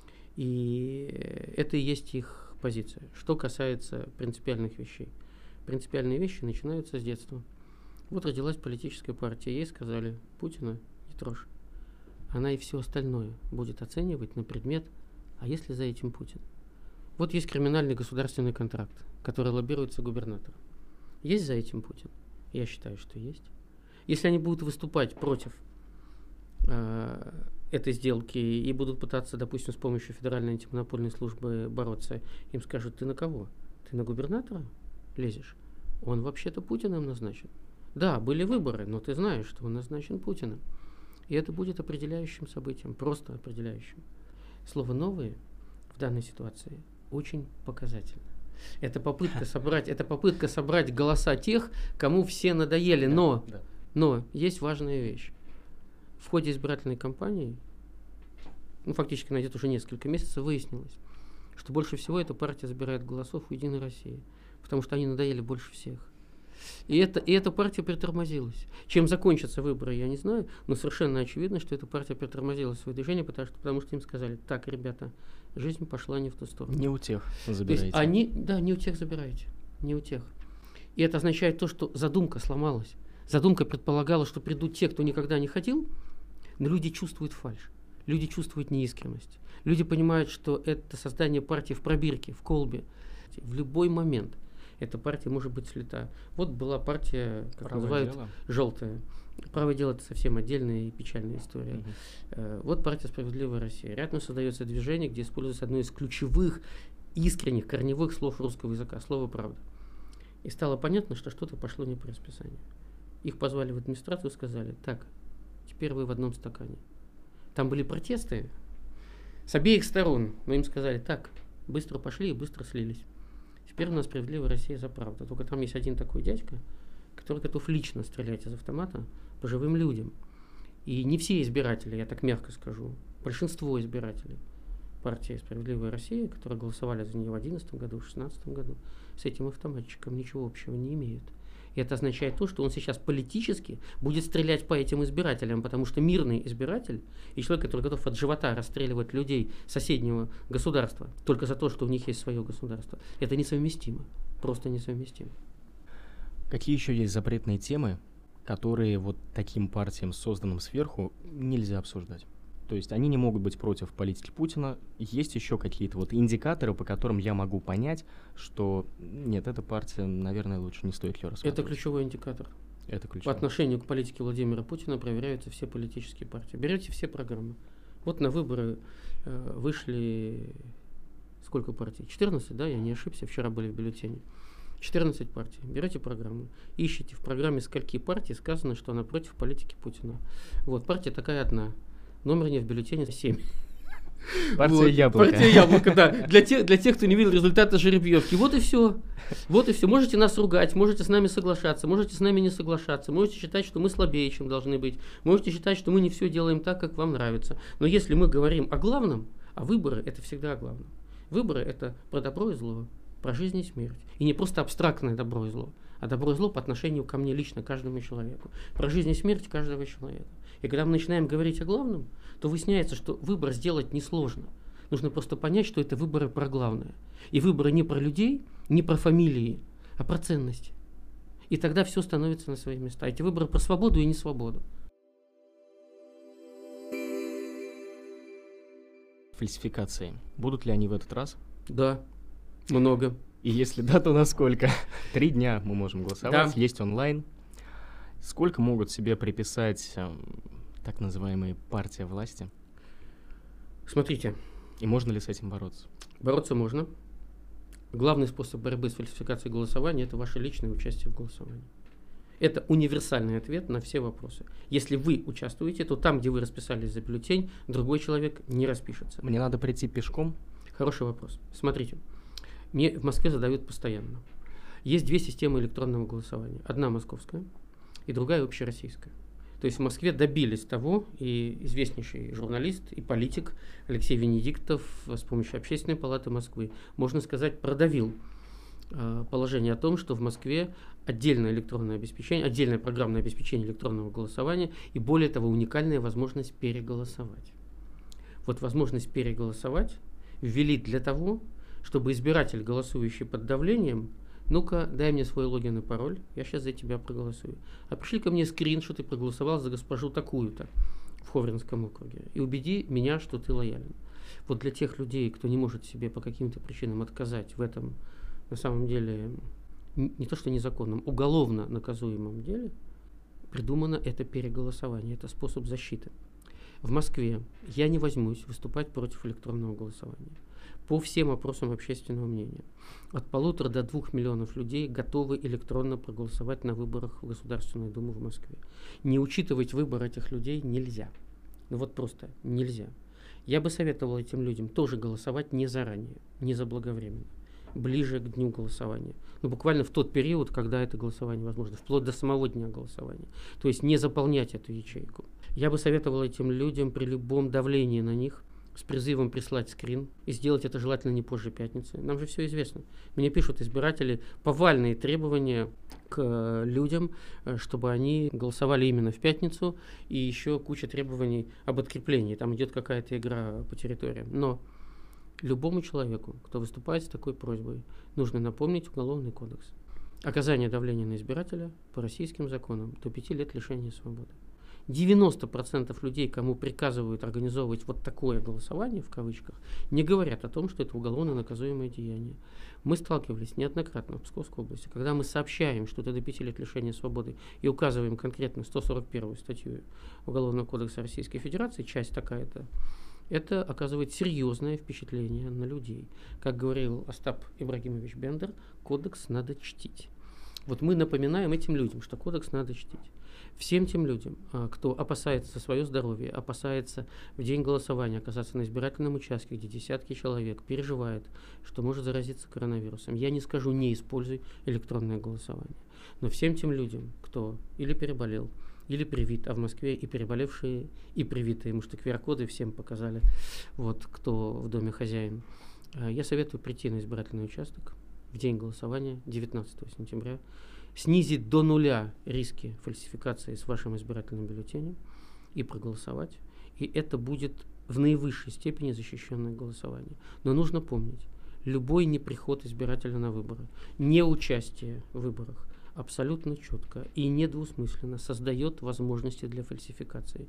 И это и есть их позиция. Что касается принципиальных вещей. Принципиальные вещи начинаются с детства. Вот родилась политическая партия, ей сказали: Путина не трожь. Она и все остальное будет оценивать на предмет: а если за этим Путин? Вот есть криминальный государственный контракт, который лоббируется губернатором. Есть за этим Путин? Я считаю, что есть. Если они будут выступать против этой сделки и будут пытаться, допустим, с помощью Федеральной антимонопольной службы бороться, им скажут: ты на кого? Ты на губернатора лезешь? Он вообще-то Путиным назначен. Да, были выборы, но ты знаешь, что он назначен Путиным. И это будет определяющим событием, просто определяющим. Слово «новые» в данной ситуации очень показательно. Это попытка собрать голоса тех, кому все надоели. Но есть важная вещь. В ходе избирательной кампании, фактически она идет уже несколько месяцев, выяснилось, что больше всего эта партия забирает голосов у «Единой России», потому что они надоели больше всех. И эта партия притормозилась. Чем закончатся выборы, я не знаю, но совершенно очевидно, что эта партия притормозила свое движение, потому что им сказали: так, ребята, жизнь пошла не в ту сторону. Не у тех забираете. То есть не у тех забираете, не у тех. И это означает то, что задумка сломалась. Задумка предполагала, что придут те, кто никогда не ходил, но люди чувствуют фальшь, люди чувствуют неискренность. Люди понимают, что это создание партии в пробирке, в колбе. В любой момент эта партия может быть слита. Вот была партия, как называют, желтая. Правое дело — это совсем отдельная и печальная история. Вот партия «Справедливая Россия». Рядом создается движение, где используется одно из ключевых, искренних, корневых слов русского языка — слово «правда». И стало понятно, что что-то пошло не по расписанию. Их позвали в администрацию и сказали: так, теперь вы в одном стакане. Там были протесты с обеих сторон, но им сказали: так, быстро пошли и быстро слились. Теперь у нас «Справедливая Россия» за правду. Только там есть один такой дядька, который готов лично стрелять из автомата по живым людям. И не все избиратели, я так мягко скажу, большинство избирателей партии «Справедливая Россия», которые голосовали за нее в 2011 году, в 2016 году, с этим автоматчиком ничего общего не имеют. И это означает то, что он сейчас политически будет стрелять по этим избирателям, потому что мирный избиратель и человек, который готов от живота расстреливать людей соседнего государства только за то, что у них есть свое государство, это несовместимо, просто несовместимо. Какие еще есть запретные темы, которые вот таким партиям, созданным сверху, нельзя обсуждать? То есть они не могут быть против политики Путина. Есть еще какие-то вот индикаторы, по которым я могу понять, что нет, эта партия, наверное, лучше не стоит ее рассматривать. Это ключевой индикатор. Это ключевой. По отношению к политике Владимира Путина проверяются все политические партии. Берете все программы. Вот на выборы вышли сколько партий? 14, да, я не ошибся, вчера были в бюллетене. 14 партий. Берете программу, ищите в программе скольки партий сказано, что она против политики Путина. Вот, партия такая одна. Номер не в бюллетене 7. Партия вот. Яблоко. Партия Яблоко, да. Для тех, кто не видел результата жеребьевки. Вот и все. Вот и все. Можете нас ругать, можете с нами соглашаться, можете с нами не соглашаться, можете считать, что мы слабее, чем должны быть, можете считать, что мы не все делаем так, как вам нравится. Но если мы говорим о главном, а выборы — это всегда о главном. Выборы — это про добро и зло, про жизнь и смерть. И не просто абстрактное добро и зло, а добро и зло по отношению ко мне лично, каждому человеку. Про жизнь и смерть каждого человека. И когда мы начинаем говорить о главном, то выясняется, что выбор сделать несложно. Нужно просто понять, что это выборы про главное. И выборы не про людей, не про фамилии, а про ценности. И тогда все становится на свои места. Эти выборы про свободу и несвободу. Фальсификации. Будут ли они в этот раз? Да, много. И если да, то насколько? 3 дня мы можем голосовать, да. Есть онлайн. Сколько могут себе приписать так называемые партия власти? Смотрите. И можно ли с этим бороться? Бороться можно. Главный способ борьбы с фальсификацией голосования — это ваше личное участие в голосовании. Это универсальный ответ на все вопросы. Если вы участвуете, то там, где вы расписались за бюллетень, другой человек не распишется. Мне надо прийти пешком? Хороший вопрос. Смотрите. Мне в Москве задают постоянно. Есть 2 системы электронного голосования. Одна московская и другая общероссийская. То есть в Москве добились того, и известнейший журналист и политик Алексей Венедиктов с помощью Общественной палаты Москвы, можно сказать, продавил положение о том, что в Москве отдельное электронное обеспечение, отдельное программное обеспечение электронного голосования и, более того, уникальная возможность переголосовать. Вот возможность переголосовать ввели для того, чтобы избиратель, голосующий под давлением, ну-ка, дай мне свой логин и пароль, я сейчас за тебя проголосую. А пришли ко мне скрин, что ты проголосовал за госпожу такую-то в Ховринском округе, и убеди меня, что ты лоялен. Вот для тех людей, кто не может себе по каким-то причинам отказать в этом, на самом деле, не то что незаконном, уголовно наказуемом деле, придумано это переголосование, это способ защиты. В Москве я не возьмусь выступать против электронного голосования. По всем опросам общественного мнения, от 1,5 до 2 миллионов людей готовы электронно проголосовать на выборах в Государственную Думу в Москве. Не учитывать выбор этих людей нельзя. Ну вот просто нельзя. Я бы советовал этим людям тоже голосовать не заранее, не заблаговременно, ближе к дню голосования. Ну, буквально в тот период, когда это голосование возможно, вплоть до самого дня голосования. То есть не заполнять эту ячейку. Я бы советовал этим людям при любом давлении на них с призывом прислать скрин и сделать это желательно не позже пятницы. Нам же все известно. Мне пишут избиратели повальные требования к людям, чтобы они голосовали именно в пятницу, и еще куча требований об откреплении. Там идет какая-то игра по территориям. Но любому человеку, кто выступает с такой просьбой, нужно напомнить Уголовный кодекс. Оказание давления на избирателя по российским законам до 5 лет лишения свободы. 90% людей, кому приказывают организовывать вот такое голосование, в кавычках, не говорят о том, что это уголовно наказуемое деяние. Мы сталкивались неоднократно в Псковской области, когда мы сообщаем, что это до 5 лет лишения свободы, и указываем конкретно 141 статью Уголовного кодекса Российской Федерации, часть такая-то, это оказывает серьезное впечатление на людей. Как говорил Остап Ибрагимович Бендер, кодекс надо чтить. Вот мы напоминаем этим людям, что кодекс надо чтить. Всем тем людям, кто опасается за свое здоровье, опасается в день голосования оказаться на избирательном участке, где десятки человек переживает, что может заразиться коронавирусом, я не скажу «не используй электронное голосование». Но всем тем людям, кто или переболел, или привит, а в Москве и переболевшие, и привитые, потому что QR-коды всем показали, вот, кто в доме хозяин, я советую прийти на избирательный участок в день голосования 19 сентября, снизить до нуля риски фальсификации с вашим избирательным бюллетенем и проголосовать. И это будет в наивысшей степени защищенное голосование. Но нужно помнить, любой неприход избирателя на выборы, неучастие в выборах абсолютно четко и недвусмысленно создает возможности для фальсификации.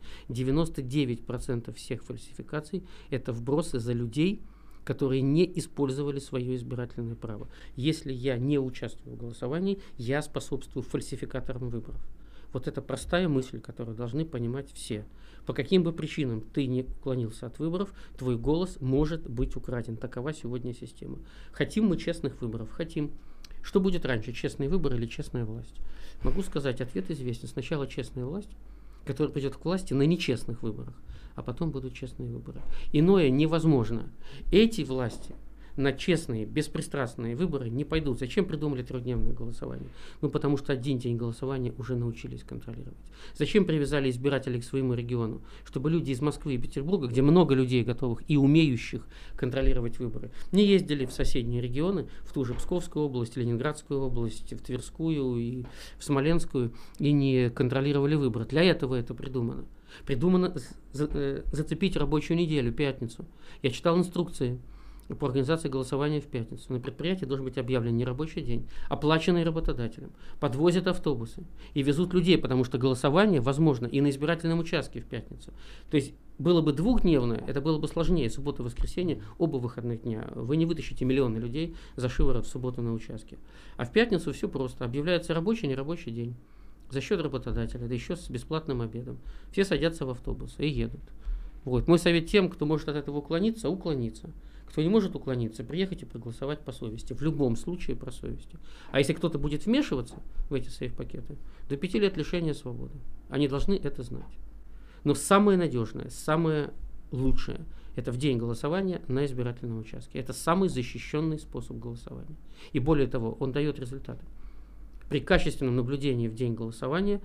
99% всех фальсификаций – это вбросы за людей, которые не использовали свое избирательное право. Если я не участвую в голосовании, я способствую фальсификаторам выборов. Вот это простая мысль, которую должны понимать все. По каким бы причинам ты не уклонился от выборов, твой голос может быть украден. Такова сегодня система. Хотим мы честных выборов? Хотим. Что будет раньше, честный выбор или честная власть? Могу сказать, ответ известен. Сначала честная власть, которая придет к власти на нечестных выборах, а потом будут честные выборы. Иное невозможно. Эти власти на честные, беспристрастные выборы не пойдут. Зачем придумали 3-дневное голосование? Ну, потому что один день голосования уже научились контролировать. Зачем привязали избирателей к своему региону? Чтобы люди из Москвы и Петербурга, где много людей готовых и умеющих контролировать выборы, не ездили в соседние регионы, в ту же Псковскую область, Ленинградскую область, в Тверскую и в Смоленскую, и не контролировали выборы. Для этого это придумано. Придумано зацепить рабочую неделю, пятницу. Я читал инструкции по организации голосования в пятницу. На предприятии должен быть объявлен не рабочий день, оплаченный работодателем. Подвозят автобусы и везут людей, потому что голосование возможно и на избирательном участке в пятницу. То есть было бы 2-дневное, это было бы сложнее. Суббота и воскресенье, оба выходных дня. Вы не вытащите миллионы людей за шиворот в субботу на участке. А в пятницу все просто. Объявляется рабочий, нерабочий день. За счет работодателя, да еще с бесплатным обедом. Все садятся в автобус и едут. Вот. Мой совет тем, кто может от этого уклониться, уклониться. Кто не может уклониться, приехать и проголосовать по совести. В любом случае по совести. А если кто-то будет вмешиваться в эти сейф-пакеты, до 5 лет лишения свободы. Они должны это знать. Но самое надежное, самое лучшее – это в день голосования на избирательном участке. Это самый защищенный способ голосования. И более того, он дает результаты. При качественном наблюдении в день голосования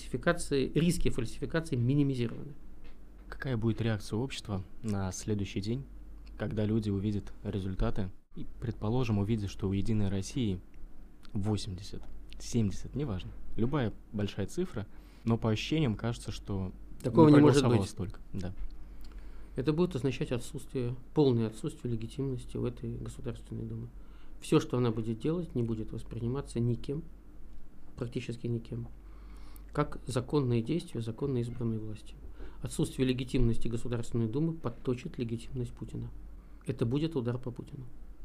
риски фальсификации минимизированы. Какая будет реакция общества на следующий день, когда люди увидят результаты и, предположим, увидят, что у «Единой России» 80, 70, неважно, любая большая цифра, но по ощущениям кажется, что такого не может быть. Столько. Да. Это будет означать полное отсутствие легитимности в этой Государственной Думе. Все, что она будет делать, не будет восприниматься никем, практически никем, как законные действия законно избранной власти. Отсутствие легитимности Государственной Думы подточит легитимность Путина. Это будет удар по Путину.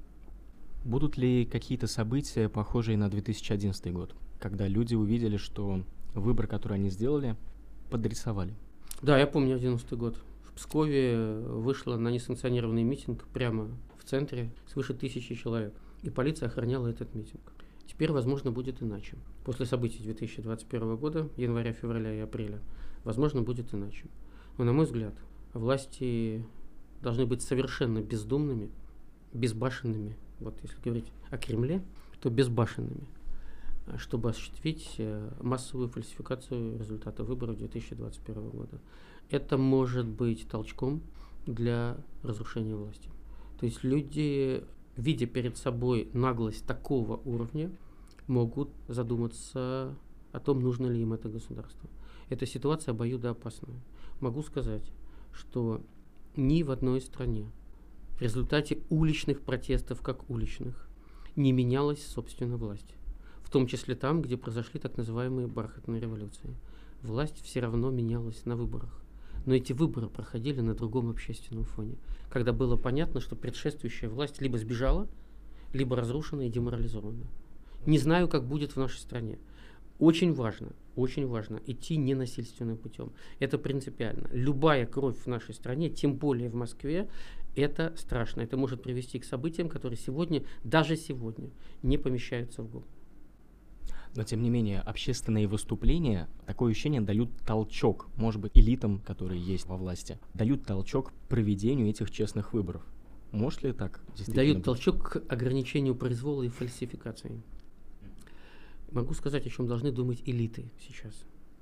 Будут ли какие-то события, похожие на 2011 год, когда люди увидели, что выбор, который они сделали, подрисовали? Да, я помню 2011 год. В Пскове вышло на несанкционированный митинг прямо в центре свыше 1000 человек. И полиция охраняла этот митинг. Теперь, возможно, будет иначе. После событий 2021 года, января, февраля и апреля, возможно, будет иначе. Но, на мой взгляд, власти должны быть совершенно бездумными, безбашенными. Вот если говорить о Кремле, то безбашенными, чтобы осуществить массовую фальсификацию результата выборов 2021 года. Это может быть толчком для разрушения власти. То есть люди, видя перед собой наглость такого уровня, могут задуматься о том, нужно ли им это государство. Эта ситуация обоюдоопасная. Могу сказать, что ни в одной стране в результате уличных протестов, как уличных, не менялась, собственно, власть. В том числе там, где произошли так называемые бархатные революции. Власть все равно менялась на выборах. Но эти выборы проходили на другом общественном фоне, когда было понятно, что предшествующая власть либо сбежала, либо разрушена и деморализована. Не знаю, как будет в нашей стране. Очень важно идти ненасильственным путем. Это принципиально. Любая кровь в нашей стране, тем более в Москве, это страшно. Это может привести к событиям, которые сегодня, даже сегодня, не помещаются в голову. Но, тем не менее, общественные выступления, такое ощущение, дают толчок, может быть, элитам, которые есть во власти, дают толчок к проведению этих честных выборов. Может ли так действительно дают быть? Толчок к ограничению произвола и фальсификации. Могу сказать, о чем должны думать элиты сейчас.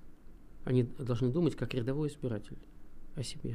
Они должны думать, как рядовой избиратель, о себе.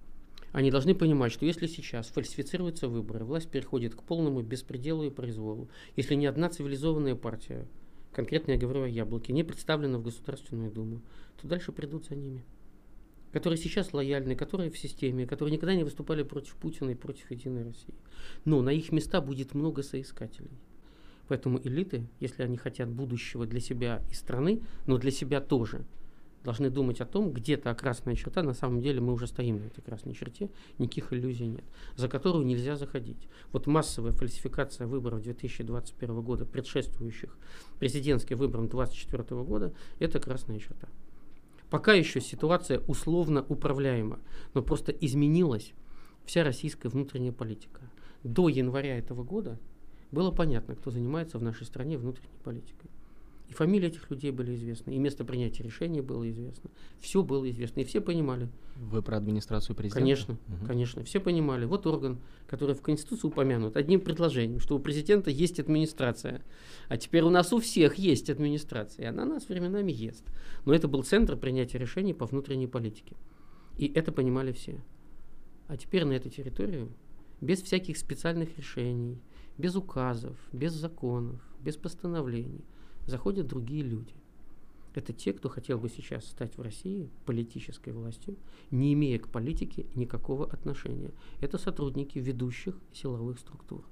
Они должны понимать, что если сейчас фальсифицируются выборы, власть переходит к полному беспределу и произволу. Если ни одна цивилизованная партия, конкретно я говорю о Яблоке, не представлена в Государственную Думу, то дальше придут за ними. Которые сейчас лояльны, которые в системе, которые никогда не выступали против Путина и против Единой России. Но на их места будет много соискателей. Поэтому элиты, если они хотят будущего для себя и страны, но для себя тоже, должны думать о том, где та красная черта, на самом деле мы уже стоим на этой красной черте, никаких иллюзий нет, за которую нельзя заходить. Вот массовая фальсификация выборов 2021 года, предшествующих президентским выборам 2024 года, это красная черта. Пока еще ситуация условно управляема, но просто изменилась вся российская внутренняя политика. До января этого года было понятно, кто занимается в нашей стране внутренней политикой. И фамилии этих людей были известны, и место принятия решений было известно. Все было известно, и все понимали. Вы про администрацию президента? Конечно, конечно. Все понимали. Вот орган, который в Конституции упомянут одним предложением, что у президента есть администрация. А теперь у нас у всех есть администрация, и она нас временами ест. Но это был центр принятия решений по внутренней политике. И это понимали все. А теперь на эту территорию без всяких специальных решений, без указов, без законов, без постановлений заходят другие люди. Это те, кто хотел бы сейчас стать в России политической властью, не имея к политике никакого отношения. Это сотрудники ведущих силовых структур.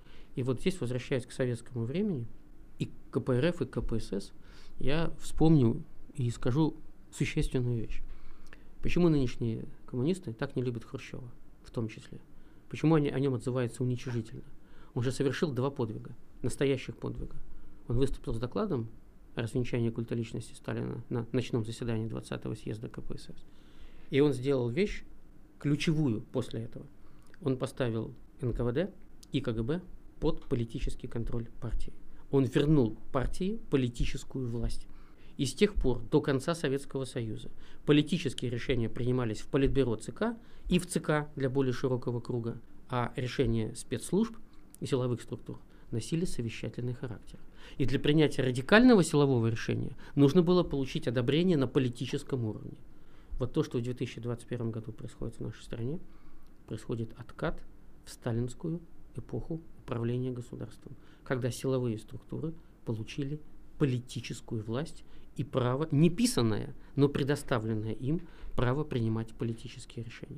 И вот здесь, возвращаясь к советскому времени, и к КПРФ, и к КПСС, я вспомню и скажу существенную вещь. Почему нынешние коммунисты так не любят Хрущева, в том числе? Почему они о нем отзываются уничижительно? Он же совершил 2 подвига, настоящих подвига. Он выступил с докладом о развенчании культа личности Сталина на ночном заседании 20-го съезда КПСС. И он сделал вещь ключевую после этого. Он поставил НКВД и КГБ под политический контроль партии. Он вернул партии политическую власть. И с тех пор до конца Советского Союза политические решения принимались в Политбюро ЦК и в ЦК для более широкого круга, а решения спецслужб и силовых структур носили совещательный характер. И для принятия радикального силового решения нужно было получить одобрение на политическом уровне. Вот то, что в 2021 году происходит в нашей стране, происходит откат в сталинскую эпоху управления государством, когда силовые структуры получили политическую власть и право, не писанное, но предоставленное им право принимать политические решения.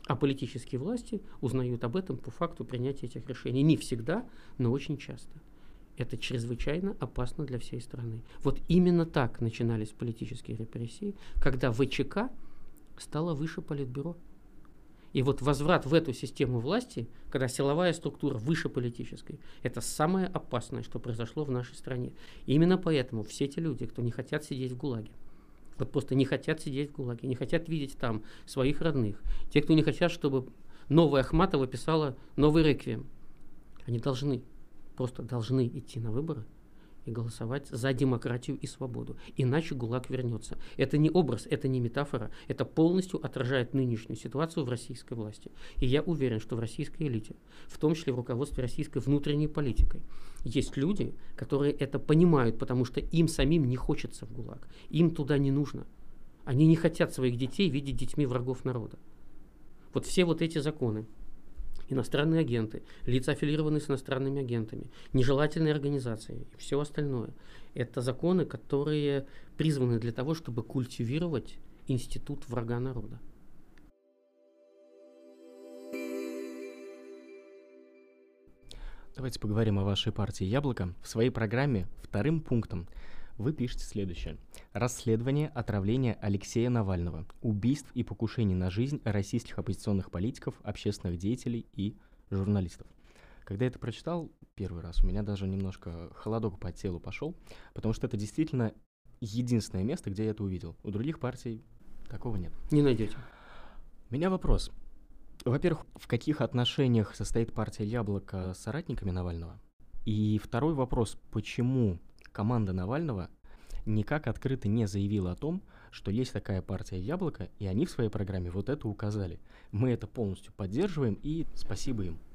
А политические власти узнают об этом по факту принятия этих решений. Не всегда, но очень часто. Это чрезвычайно опасно для всей страны. Вот именно так начинались политические репрессии, когда ВЧК стало выше Политбюро. И вот возврат в эту систему власти, когда силовая структура выше политической, это самое опасное, что произошло в нашей стране. И именно поэтому все те люди, кто не хотят сидеть в ГУЛАГе, вот просто не хотят сидеть в ГУЛАГе, не хотят видеть там своих родных, те, кто не хотят, чтобы новая Ахматова писала новый реквием, они просто должны идти на выборы и голосовать за демократию и свободу. Иначе ГУЛАГ вернется. Это не образ, это не метафора, это полностью отражает нынешнюю ситуацию в российской власти. И я уверен, что в российской элите, в том числе в руководстве российской внутренней политикой, есть люди, которые это понимают, потому что им самим не хочется в ГУЛАГ. Им туда не нужно. Они не хотят своих детей видеть детьми врагов народа. Вот все вот эти законы, иностранные агенты, лица, аффилированные с иностранными агентами, нежелательные организации и все остальное. Это законы, которые призваны для того, чтобы культивировать институт врага народа. Давайте поговорим о вашей партии «Яблоко». В своей программе вторым пунктом вы пишете следующее. Расследование отравления Алексея Навального, убийств и покушений на жизнь российских оппозиционных политиков, общественных деятелей и журналистов. Когда я это прочитал первый раз, у меня даже немножко холодок по телу пошел, потому что это действительно единственное место, где я это увидел. У других партий такого нет. Не найдете. У меня вопрос. Во-первых, в каких отношениях состоит партия «Яблоко» с соратниками Навального? И второй вопрос. Почему команда Навального никак открыто не заявила о том, что есть такая партия «Яблоко», и они в своей программе вот это указали. Мы это полностью поддерживаем, и спасибо им.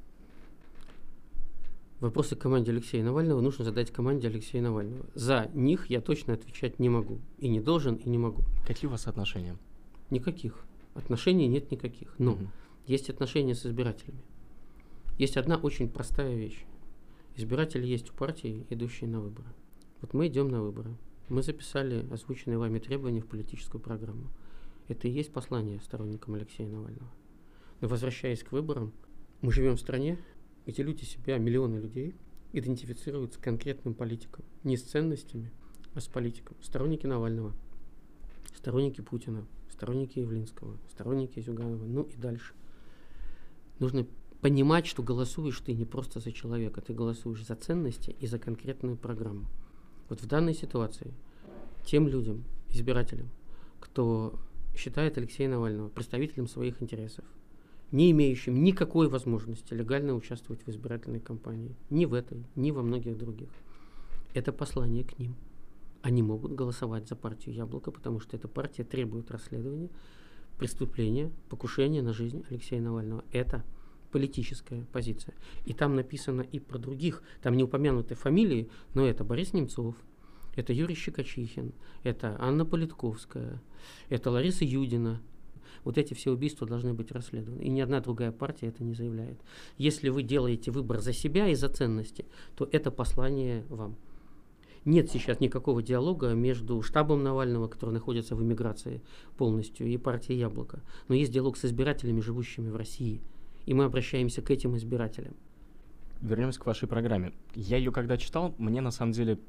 Вопросы к команде Алексея Навального нужно задать команде Алексея Навального. За них я точно отвечать не могу. И не должен, и не могу. Какие у вас отношения? Никаких. Отношений нет никаких. Но есть отношения с избирателями. Есть одна очень простая вещь. Избиратели есть у партии, идущие на выборы. Вот мы идем на выборы. Мы записали озвученные вами требования в политическую программу. Это и есть послание сторонникам Алексея Навального. Но возвращаясь к выборам, мы живем в стране, где люди себя, миллионы людей, идентифицируют с конкретным политиком. Не с ценностями, а с политиком. Сторонники Навального, сторонники Путина, сторонники Явлинского, сторонники Зюганова, ну и дальше. Нужно понимать, что голосуешь ты не просто за человека, ты голосуешь за ценности и за конкретную программу. Вот в данной ситуации тем людям, избирателям, кто считает Алексея Навального представителем своих интересов, не имеющим никакой возможности легально участвовать в избирательной кампании, ни в этой, ни во многих других, это послание к ним. Они могут голосовать за партию «Яблоко», потому что эта партия требует расследования преступления, покушения на жизнь Алексея Навального. Это политическая позиция. И там написано и про других, там не упомянуты фамилии, но это Борис Немцов, это Юрий Щекочихин, это Анна Политковская, это Лариса Юдина. Вот эти все убийства должны быть расследованы. И ни одна другая партия это не заявляет. Если вы делаете выбор за себя и за ценности, то это послание вам. Нет сейчас никакого диалога между штабом Навального, который находится в эмиграции полностью, и партией «Яблоко». Но есть диалог с избирателями, живущими в России. И мы обращаемся к этим избирателям. Вернемся к вашей программе. Я ее когда читал, мне на самом деле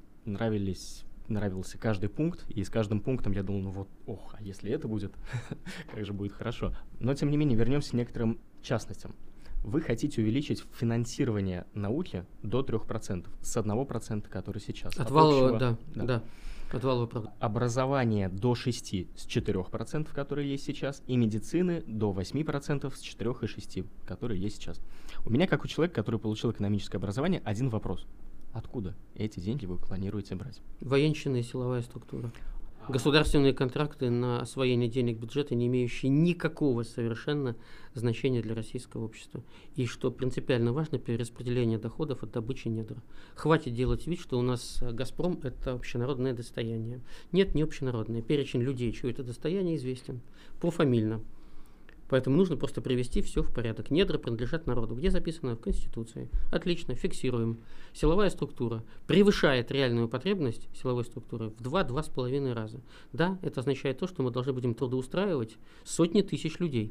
нравился каждый пункт, и с каждым пунктом я думал, а если это будет, как же будет хорошо. Но, тем не менее, вернемся к некоторым частностям. Вы хотите увеличить финансирование науки до 3%, с 1%, который сейчас. От валового, да. От валового продукта. Образование до 6% с 4%, которые есть сейчас, и медицины до 8% с 4 и 6, которые есть сейчас. У меня, как у человека, который получил экономическое образование, один вопрос. Откуда эти деньги вы планируете брать? Военщина и силовая структура. Государственные контракты на освоение денег бюджета, не имеющие никакого совершенно значения для российского общества. И что принципиально важно, перераспределение доходов от добычи недр. Хватит делать вид, что у нас «Газпром» — это общенародное достояние. Нет, не общенародное. Перечень людей, чье это достояние, известен пофамильно. Поэтому нужно просто привести все в порядок. Недра принадлежат народу. Где записано? В Конституции. Отлично, фиксируем. Силовая структура превышает реальную потребность силовой структуры в 2-2,5 раза. Да, это означает то, что мы должны будем трудоустраивать сотни тысяч людей.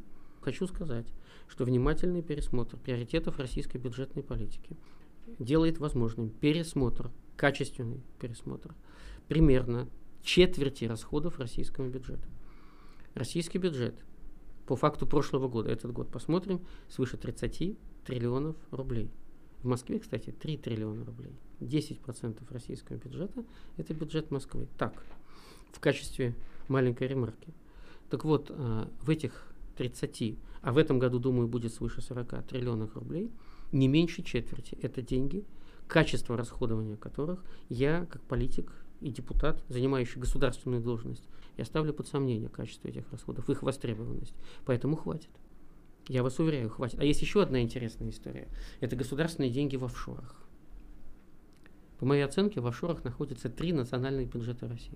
хочу сказать, что внимательный пересмотр приоритетов российской бюджетной политики делает возможным пересмотр, качественный пересмотр, примерно четверти расходов российского бюджета. Российский бюджет по факту прошлого года, этот год посмотрим, свыше 30 триллионов рублей. В Москве, кстати, 3 триллиона рублей. 10% российского бюджета – это бюджет Москвы. Так, в качестве маленькой ремарки. Так вот, в этих 30, а в этом году, думаю, будет свыше 40 триллионов рублей, не меньше четверти – это деньги, качество расходования которых я, как политик и депутат, занимающий государственную должность, я ставлю под сомнение качество этих расходов, их востребованность. Поэтому хватит. Я вас уверяю, хватит. А есть еще одна интересная история. Это государственные деньги в офшорах. По моей оценке, в офшорах находятся 3 национальных бюджета России.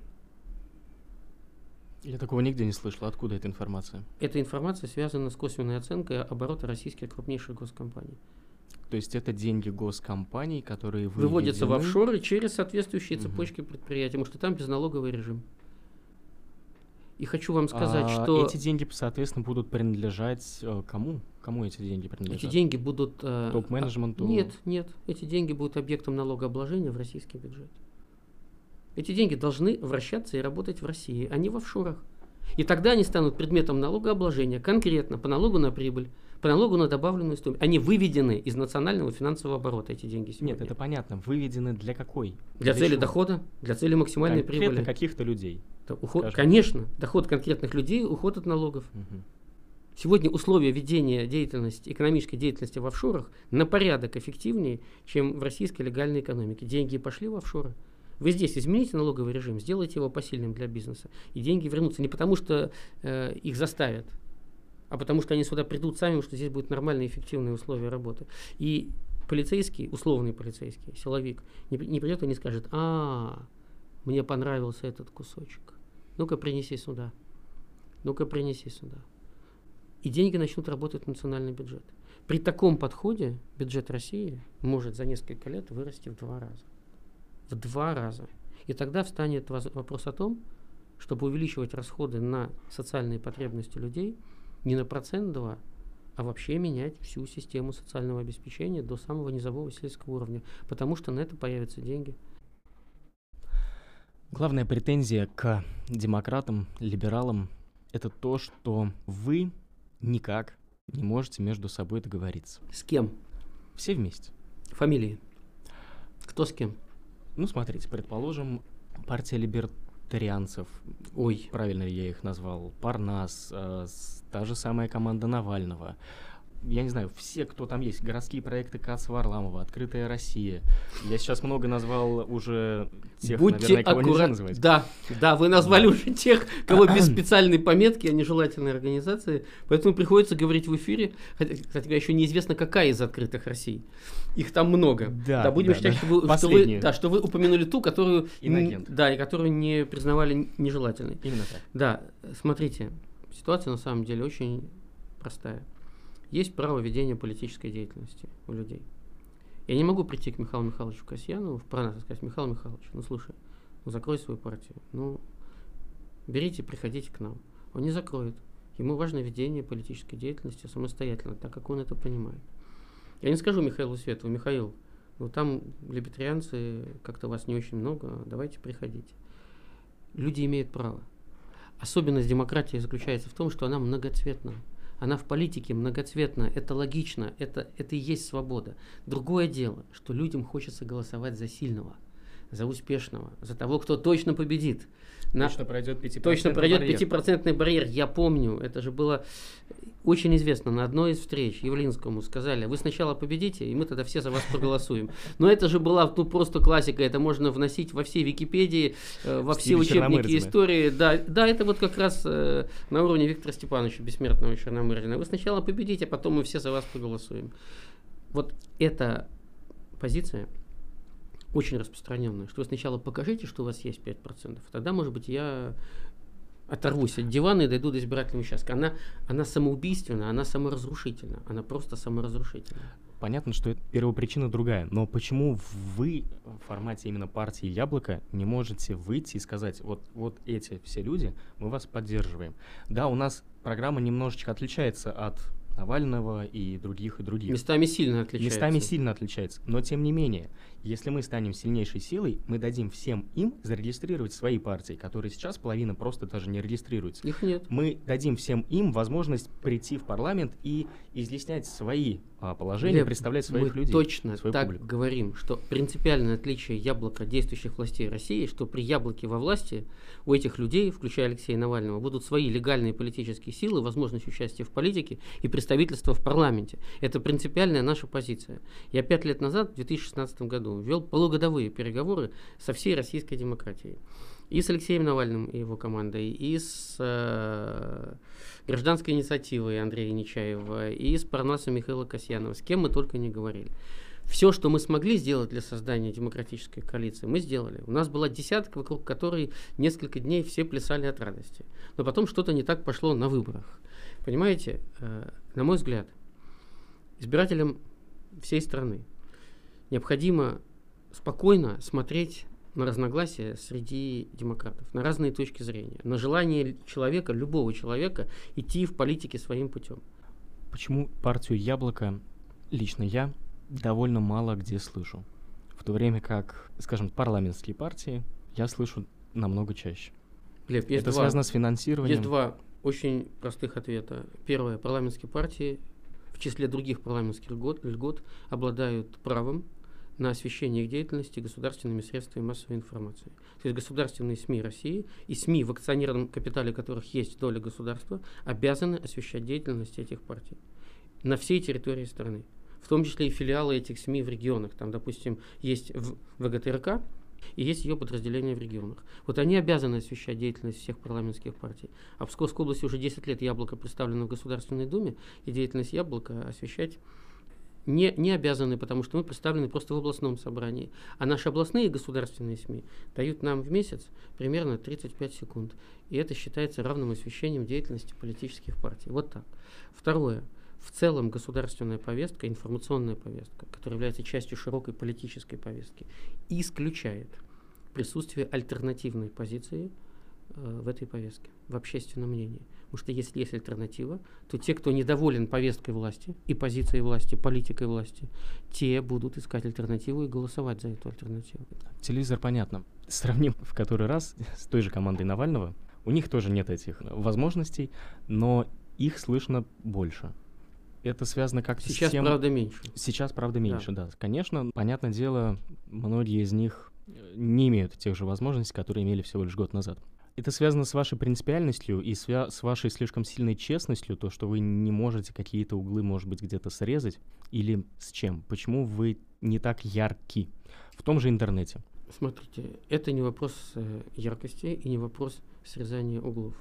Я такого нигде не слышал. Откуда эта информация? Эта информация связана с косвенной оценкой оборота российских крупнейших госкомпаний. То есть это деньги госкомпаний, которые выводятся в офшоры через соответствующие цепочки предприятий, потому что там безналоговый режим. И хочу вам сказать, что... Эти деньги, соответственно, будут принадлежать кому? Кому эти деньги принадлежат? Эти деньги будут... Топ-менеджменту? Нет. Эти деньги будут объектом налогообложения в российский бюджет. Эти деньги должны вращаться и работать в России, а не в офшорах. И тогда они станут предметом налогообложения конкретно по налогу на прибыль, по налогу на добавленную стоимость. Они выведены из национального финансового оборота, эти деньги сегодня. Нет, это понятно. Выведены для какой? Для цели дохода, для цели максимальной прибыли. Конкретно каких-то людей. Конечно, доход конкретных людей, уход от налогов. Сегодня условия ведения экономической деятельности в офшорах на порядок эффективнее, чем в российской легальной экономике. Деньги пошли в офшоры. Вы здесь измените налоговый режим, сделайте его посильным для бизнеса, и деньги вернутся не потому, что их заставят, а потому что они сюда придут сами, потому что здесь будут нормальные, эффективные условия работы. И полицейский, условный полицейский, силовик, не придет и не скажет: мне понравился этот кусочек, ну-ка принеси сюда, ну-ка принеси сюда. И деньги начнут работать в национальный бюджет. При таком подходе бюджет России может за несколько лет вырасти в 2 раза. В 2 раза. И тогда встанет вопрос о том, чтобы увеличивать расходы на социальные потребности людей не на 1%-2%, а вообще менять всю систему социального обеспечения до самого низового сельского уровня, потому что на это появятся деньги. Главная претензия к демократам, либералам – это то, что вы никак не можете между собой договориться. С кем? Все вместе. Фамилии. Кто с кем? Ну, смотрите, предположим, партия либертарианцев. Ой. Правильно ли я их назвал? Парнас, та же самая команда Навального. Я не знаю, все, кто там есть, городские проекты Каца-Варламова, Открытая Россия. Я сейчас много назвал уже тех, наверное, кого нельзя называть. Да, вы назвали уже тех, кого без специальной пометки о нежелательной организации, поэтому приходится говорить в эфире, хотя, кстати, еще неизвестно, какая из Открытых Россий. Их там много. Да, будем считать, что вы упомянули ту, которую, и которую не признавали нежелательной. Именно так. Да, смотрите, ситуация на самом деле очень простая. Есть право ведения политической деятельности у людей. Я не могу прийти к Михаилу Михайловичу Касьянову в Парнас и сказать: Михаил Михайлович, слушай, закрой свою партию. Берите, приходите к нам. Он не закроет. Ему важно ведение политической деятельности самостоятельно, так как он это понимает. Я не скажу Михаилу Светову: Михаил, там либертарианцы, как-то вас не очень много, давайте приходите. Люди имеют право. Особенность демократии заключается в том, что она многоцветна. Она в политике многоцветна, это логично, это и есть свобода. Другое дело, что людям хочется голосовать за сильного, за успешного, за того, кто точно победит. Точно пройдет 5% барьер. Я помню, это же было очень известно. На одной из встреч Явлинскому сказали: вы сначала победите, и мы тогда все за вас проголосуем. Но это же была просто классика, это можно вносить во все Википедии, во все учебники истории. Да, это вот как раз на уровне Виктора Степановича, бессмертного Черномырдина. Вы сначала победите, а потом мы все за вас проголосуем. Вот эта позиция очень распространенная, что вы сначала покажите, что у вас есть 5%, тогда, может быть, я оторвусь от дивана и дойду до избирательного участка. Она самоубийственна, она саморазрушительна, она просто саморазрушительна. Понятно, что первопричина другая, но почему вы в формате именно партии «Яблоко» не можете выйти и сказать: вот эти все люди, мы вас поддерживаем. Да, у нас программа немножечко отличается от Навального и других, и других. Местами сильно отличается. Но тем не менее, если мы станем сильнейшей силой, мы дадим всем им зарегистрировать свои партии, которые сейчас половина просто даже не регистрируется. Их нет. Мы дадим всем им возможность прийти в парламент и изъяснять свои положения, Глеб, представлять своих людей. Мы точно так публику. говорим, что принципиальное отличие Яблока действующих властей России, что при Яблоке во власти у этих людей, включая Алексея Навального, будут свои легальные политические силы, возможность участия в политике и представительства в парламенте. Это принципиальная наша позиция. Я 5 лет назад, в 2016 году, вел полугодовые переговоры со всей российской демократией. И с Алексеем Навальным и его командой, и с гражданской инициативой Андрея Нечаева, и с Парнасом Михаила Касьянова, с кем мы только не говорили. Все, что мы смогли сделать для создания демократической коалиции, мы сделали. У нас была десятка, вокруг которой несколько дней все плясали от радости. Но потом что-то не так пошло на выборах. Понимаете, на мой взгляд, избирателям всей страны необходимо спокойно смотреть на разногласия среди демократов, на разные точки зрения, на желание человека, любого человека, идти в политике своим путем. Почему партию «Яблоко» лично я довольно мало где слышу, в то время как, скажем, парламентские партии я слышу намного чаще? Глеб, это связано с финансированием? Есть два очень простых ответа. Первое. Парламентские партии в числе других парламентских льгот обладают правом на освещение их деятельности государственными средствами массовой информации. То есть государственные СМИ России и СМИ, в акционерном капитале которых есть доля государства, обязаны освещать деятельность этих партий на всей территории страны. В том числе и филиалы этих СМИ в регионах. Там, допустим, есть ВГТРК и есть ее подразделения в регионах. Вот они обязаны освещать деятельность всех парламентских партий. А в Псковской области уже 10 лет Яблоко представлено в Государственной Думе, и деятельность Яблока освещать не обязаны, потому что мы представлены просто в областном собрании. А наши областные государственные СМИ дают нам в месяц примерно 35 секунд. И это считается равным освещением деятельности политических партий. Вот так. Второе. В целом государственная повестка, информационная повестка, которая является частью широкой политической повестки, исключает присутствие альтернативной позиции в этой повестке, в общественном мнении. Потому что если есть альтернатива, то те, кто недоволен повесткой власти и позицией власти, политикой власти, те будут искать альтернативу и голосовать за эту альтернативу. Телевизор, понятно. Сравним в который раз с той же командой Навального. У них тоже нет этих возможностей, но их слышно больше. Это связано как-то с тем... Сейчас, правда, меньше. Сейчас, правда, меньше, да. Конечно, понятное дело, многие из них не имеют тех же возможностей, которые имели всего лишь год назад. Это связано с вашей принципиальностью и с вашей слишком сильной честностью, то, что вы не можете какие-то углы, может быть, где-то срезать, или с чем? Почему вы не так ярки в том же интернете? Смотрите, это не вопрос яркости и не вопрос срезания углов.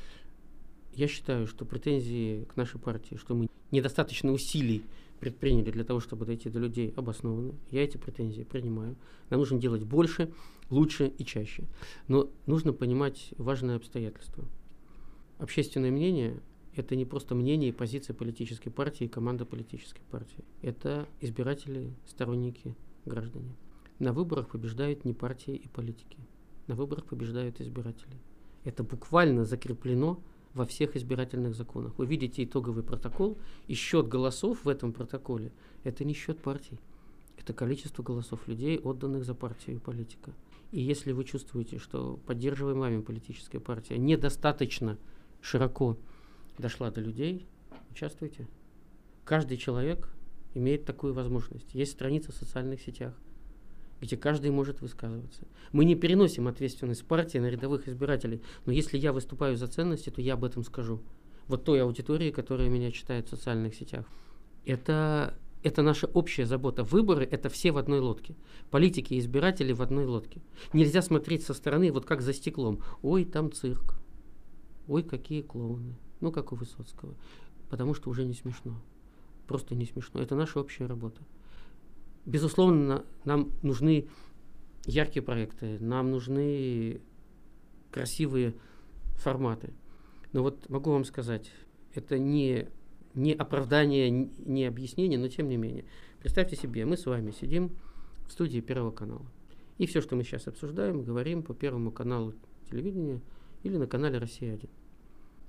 Я считаю, что претензии к нашей партии, что мы недостаточно усилий предприняли для того, чтобы дойти до людей, обоснованы. Я эти претензии принимаю. Нам нужно делать больше, лучше и чаще. Но нужно понимать важное обстоятельство. Общественное мнение – это не просто мнение и позиция политической партии и команда политической партии. Это избиратели, сторонники, граждане. На выборах побеждают не партии и политики. На выборах побеждают избиратели. Это буквально закреплено во всех избирательных законах. Вы видите итоговый протокол, и счет голосов в этом протоколе – это не счет партий. Это количество голосов людей, отданных за партию и политика. И если вы чувствуете, что поддерживаемая вами политическая партия недостаточно широко дошла до людей, участвуйте. Каждый человек имеет такую возможность. Есть страница в социальных сетях, где каждый может высказываться. Мы не переносим ответственность партии на рядовых избирателей, но если я выступаю за ценности, то я об этом скажу. Вот той аудитории, которая меня читает в социальных сетях. Это наша общая забота. Выборы – это все в одной лодке. Политики и избиратели в одной лодке. Нельзя смотреть со стороны, вот как за стеклом. Ой, там цирк. Ой, какие клоуны. Ну, как у Высоцкого. Потому что уже не смешно. Просто не смешно. Это наша общая работа. Безусловно, нам нужны яркие проекты, нам нужны красивые форматы. Но вот могу вам сказать, это не оправдание, не объяснение, но тем не менее. Представьте себе, мы с вами сидим в студии Первого канала. И все, что мы сейчас обсуждаем, говорим по Первому каналу телевидения или на канале «Россия-1».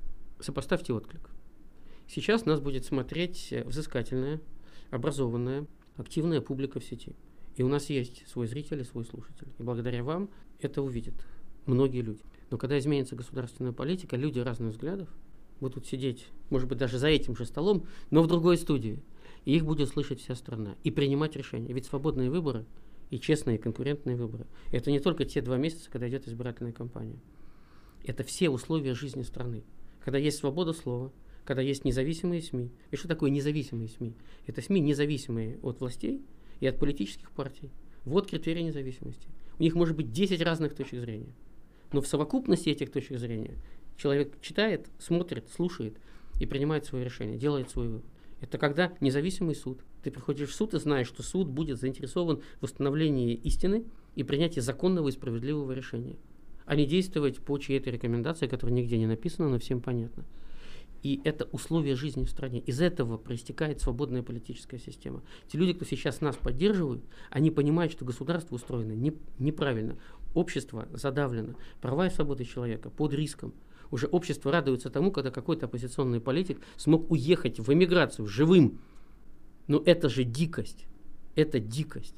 Сопоставьте отклик. Сейчас нас будет смотреть взыскательная, образованная, активная публика в сети. И у нас есть свой зритель и свой слушатель. И благодаря вам это увидят многие люди. Но когда изменится государственная политика, люди разных взглядов будут сидеть, может быть, даже за этим же столом, но в другой студии. И их будет слышать вся страна. И принимать решения. Ведь свободные выборы и честные конкурентные выборы – это не только те 2 месяца, когда идет избирательная кампания. Это все условия жизни страны. Когда есть свобода слова, когда есть независимые СМИ. И что такое независимые СМИ? Это СМИ, независимые от властей и от политических партий. Вот критерий независимости. У них может быть 10 разных точек зрения. Но в совокупности этих точек зрения человек читает, смотрит, слушает и принимает свое решение, делает свой вывод. Это когда независимый суд. Ты приходишь в суд и знаешь, что суд будет заинтересован в восстановлении истины и принятии законного и справедливого решения, а не действовать по чьей-то рекомендации, которая нигде не написана, но всем понятно. И это условия жизни в стране. Из этого проистекает свободная политическая система. Те люди, кто сейчас нас поддерживают, они понимают, что государство устроено неправильно. Общество задавлено. Права и свободы человека под риском. Уже общество радуется тому, когда какой-то оппозиционный политик смог уехать в эмиграцию живым. Но это же дикость. Это дикость.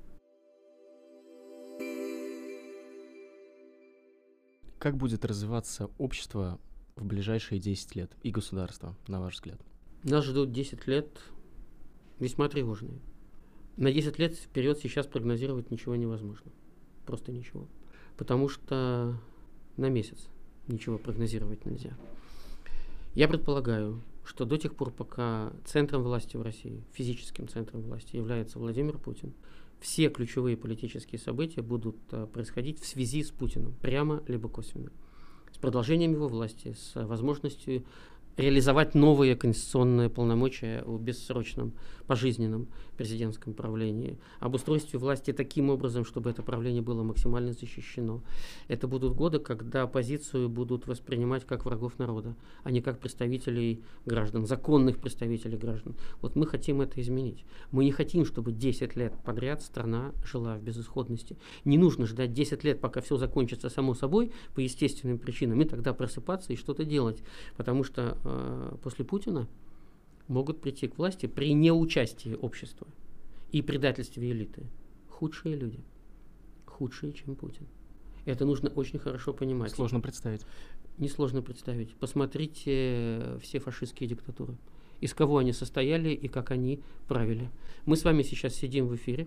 Как будет развиваться общество в ближайшие 10 лет и государство, на ваш взгляд? Нас ждут 10 лет весьма тревожные. На 10 лет вперед сейчас прогнозировать ничего невозможно. Просто ничего. Потому что на месяц ничего прогнозировать нельзя. Я предполагаю, что до тех пор, пока центром власти в России, физическим центром власти является Владимир Путин, все ключевые политические события будут происходить в связи с Путиным, прямо либо косвенно. С продолжением его власти, с возможностью реализовать новые конституционные полномочия о бессрочном пожизненном президентском правлении, об устройстве власти таким образом, чтобы это правление было максимально защищено. Это будут годы, когда оппозицию будут воспринимать как врагов народа, а не как представителей граждан, законных представителей граждан. Вот мы хотим это изменить. Мы не хотим, чтобы 10 лет подряд страна жила в безысходности. Не нужно ждать 10 лет, пока все закончится само собой, по естественным причинам, и тогда просыпаться и что-то делать. Потому что после Путина могут прийти к власти при неучастии общества и предательстве элиты худшие люди, худшие, чем Путин. Это нужно очень хорошо понимать. Сложно представить. Несложно представить. Посмотрите все фашистские диктатуры. Из кого они состояли и как они правили. Мы с вами сейчас сидим в эфире.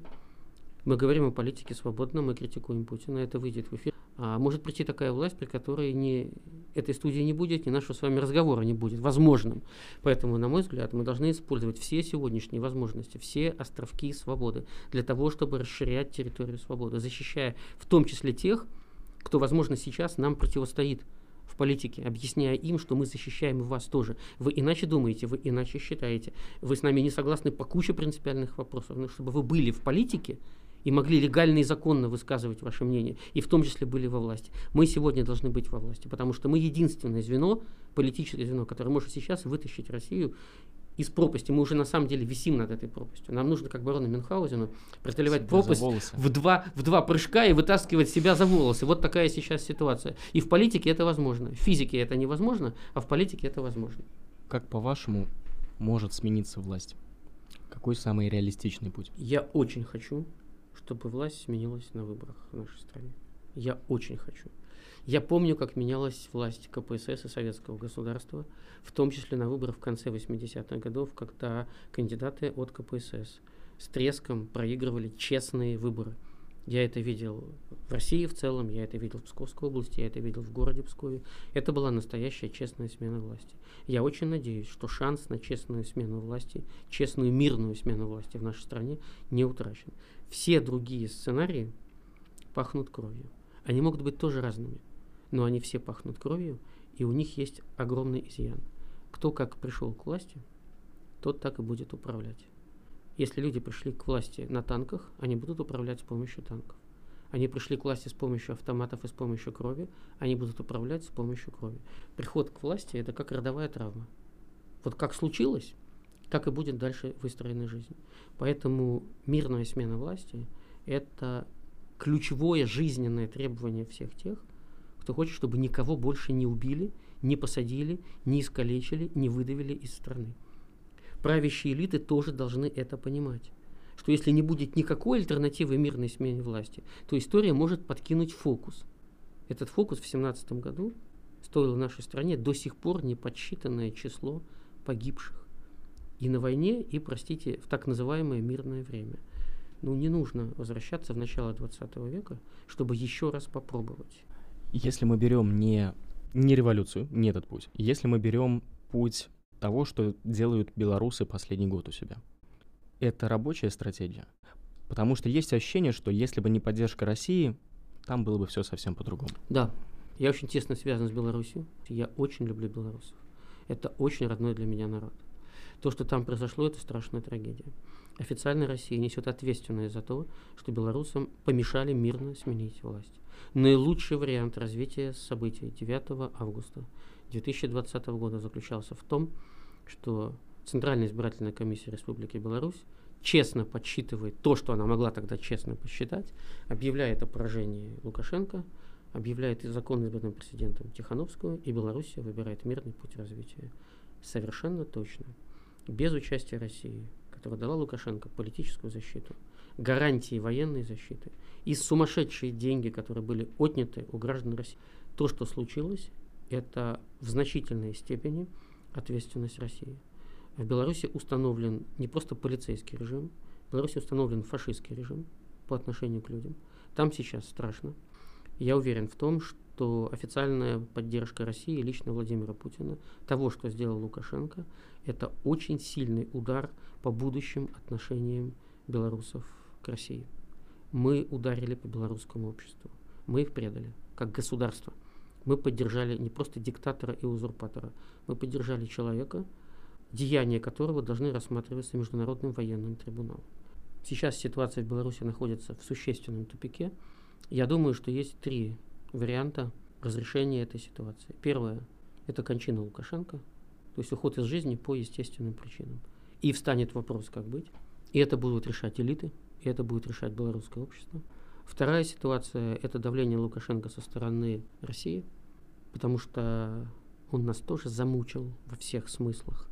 Мы говорим о политике свободно, мы критикуем Путина, это выйдет в эфир. А может прийти такая власть, при которой этой студии не будет, ни нашего с вами разговора не будет возможным. Поэтому, на мой взгляд, мы должны использовать все сегодняшние возможности, все островки свободы для того, чтобы расширять территорию свободы, защищая в том числе тех, кто, возможно, сейчас нам противостоит в политике, объясняя им, что мы защищаем и вас тоже. Вы иначе думаете, вы иначе считаете, вы с нами не согласны по куче принципиальных вопросов, но чтобы вы были в политике и могли легально и законно высказывать ваше мнение, и в том числе были во власти. Мы сегодня должны быть во власти, потому что мы единственное звено, политическое звено, которое может сейчас вытащить Россию из пропасти. Мы уже на самом деле висим над этой пропастью. Нам нужно, как барону Мюнхгаузену, преодолевать пропасть в два прыжка и вытаскивать себя за волосы. Вот такая сейчас ситуация. И в политике это возможно. В физике это невозможно, а в политике это возможно. Как, по-вашему, может смениться власть? Какой самый реалистичный путь? Я очень хочу, чтобы власть сменилась на выборах в нашей стране. Я очень хочу. Я помню, как менялась власть КПСС и советского государства, в том числе на выборах в конце 80-х годов, когда кандидаты от КПСС с треском проигрывали честные выборы. Я это видел в России в целом, я это видел в Псковской области, я это видел в городе Пскове. Это была настоящая честная смена власти. Я очень надеюсь, что шанс на честную смену власти, честную мирную смену власти в нашей стране не утрачен. Все другие сценарии пахнут кровью. Они могут быть тоже разными, но они все пахнут кровью, и у них есть огромный изъян. Кто как пришел к власти, тот так и будет управлять. Если люди пришли к власти на танках, они будут управлять с помощью танков. Они пришли к власти с помощью автоматов и с помощью крови, они будут управлять с помощью крови. Приход к власти – это как родовая травма. Вот как случилось, так и будет дальше выстроена жизнь. Поэтому мирная смена власти – это ключевое жизненное требование всех тех, кто хочет, чтобы никого больше не убили, не посадили, не искалечили, не выдавили из страны. Правящие элиты тоже должны это понимать, что если не будет никакой альтернативы мирной смене власти, то история может подкинуть фокус. Этот фокус в 2017 году стоил нашей стране до сих пор неподсчитанное число погибших и на войне, и, простите, в так называемое мирное время. Не нужно возвращаться в начало 20 века, чтобы еще раз попробовать. Если мы берем не революцию, не этот путь, если мы берем путь того, что делают белорусы последний год у себя, это рабочая стратегия? Потому что есть ощущение, что если бы не поддержка России, там было бы все совсем по-другому. Да, я очень тесно связан с Беларусью, я очень люблю белорусов. Это очень родной для меня народ. То, что там произошло, это страшная трагедия. Официально Россия несет ответственность за то, что белорусам помешали мирно сменить власть. Наилучший вариант развития событий 9 августа 2020 года заключался в том, что Центральная избирательная комиссия Республики Беларусь честно подсчитывает то, что она могла тогда честно посчитать, объявляет о поражении Лукашенко, объявляет законно избранным президентом Тихановскую, и Белоруссия выбирает мирный путь развития. Совершенно точно. Без участия России, которая дала Лукашенко политическую защиту, гарантии военной защиты и сумасшедшие деньги, которые были отняты у граждан России. То, что случилось, это в значительной степени ответственность России. В Беларуси установлен не просто полицейский режим, в Беларуси установлен фашистский режим по отношению к людям. Там сейчас страшно. Я уверен в том, что официальная поддержка России, лично Владимира Путина, того, что сделал Лукашенко, это очень сильный удар по будущим отношениям белорусов к России. Мы ударили по белорусскому обществу. Мы их предали, как государство. Мы поддержали не просто диктатора и узурпатора, мы поддержали человека, деяния которого должны рассматриваться Международным военным трибуналом. Сейчас ситуация в Беларуси находится в существенном тупике. Я думаю, что есть 3 варианта разрешения этой ситуации. Первое – это кончина Лукашенко, то есть уход из жизни по естественным причинам. И встанет вопрос, как быть. И это будут решать элиты, и это будет решать белорусское общество. Вторая ситуация – это давление Лукашенко со стороны России, потому что он нас тоже замучил во всех смыслах.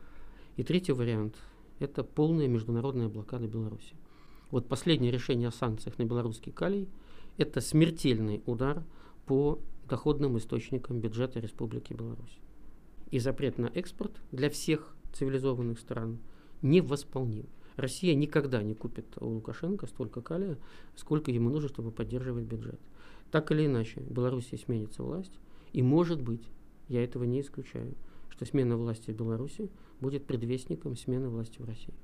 И третий вариант – это полная международная блокада Беларуси. Вот последнее решение о санкциях на белорусский калий – это смертельный удар по доходным источникам бюджета Республики Беларусь. И запрет на экспорт для всех цивилизованных стран невосполним. Россия никогда не купит у Лукашенко столько калия, сколько ему нужно, чтобы поддерживать бюджет. Так или иначе, в Беларуси сменится власть, и, может быть, я этого не исключаю, что смена власти в Беларуси будет предвестником смены власти в России.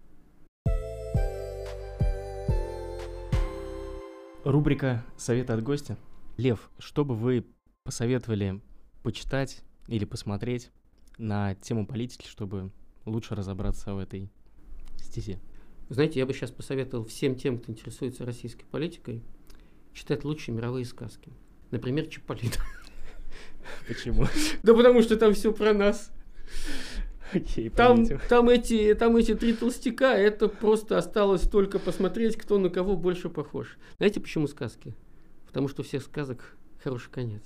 Рубрика «Советы от гостя». Лев, что бы вы посоветовали почитать или посмотреть на тему политики, чтобы лучше разобраться в этой стезе? Знаете, я бы сейчас посоветовал всем тем, кто интересуется российской политикой, читать лучшие мировые сказки. Например, Чиполлино. Почему? Да потому что там все про нас. Окей, там эти 3 толстяка, это просто осталось только посмотреть, кто на кого больше похож. Знаете, почему сказки? Потому что у всех сказок хороший конец.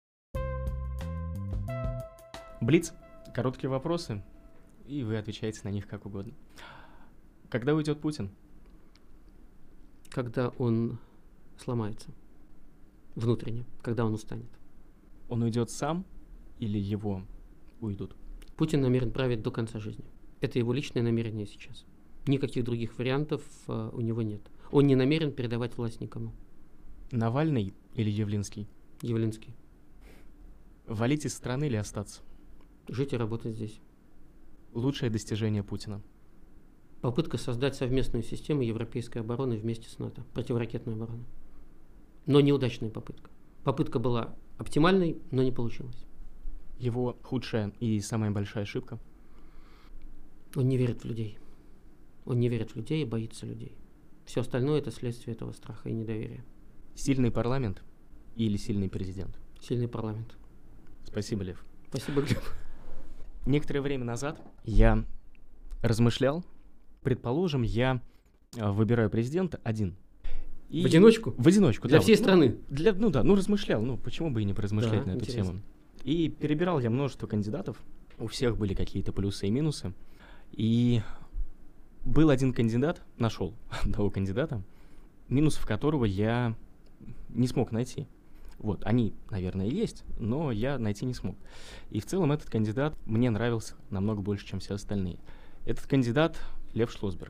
Блиц. Короткие вопросы, и вы отвечаете на них как угодно. Когда уйдет Путин? Когда он сломается. Внутренне. Когда он устанет. Он уйдет сам или его уйдут? Путин намерен править до конца жизни. Это его личное намерение сейчас. Никаких других вариантов у него нет. Он не намерен передавать власть никому. Навальный или Явлинский? Явлинский. Валить из страны или остаться? Жить и работать здесь. Лучшее достижение Путина? Попытка создать совместную систему европейской обороны вместе с НАТО. Противоракетную оборону. Но неудачная попытка. Попытка была оптимальной, но не получилась. Его худшая и самая большая ошибка? Он не верит в людей. Он не верит в людей и боится людей. Все остальное – это следствие этого страха и недоверия. Сильный парламент или сильный президент? Сильный парламент. Спасибо, Лев. Спасибо, Глеб. Некоторое время назад я размышлял. Предположим, я выбираю президента один. И в одиночку? В одиночку, для всей страны? Размышлял. Почему бы и не поразмышлять на эту тему? И перебирал я множество кандидатов. У всех были какие-то плюсы и минусы. И был один кандидат, нашел одного кандидата, минусов которого я не смог найти. Вот, они, наверное, есть, но я найти не смог. И в целом этот кандидат мне нравился намного больше, чем все остальные. Этот кандидат Лев Шлосберг.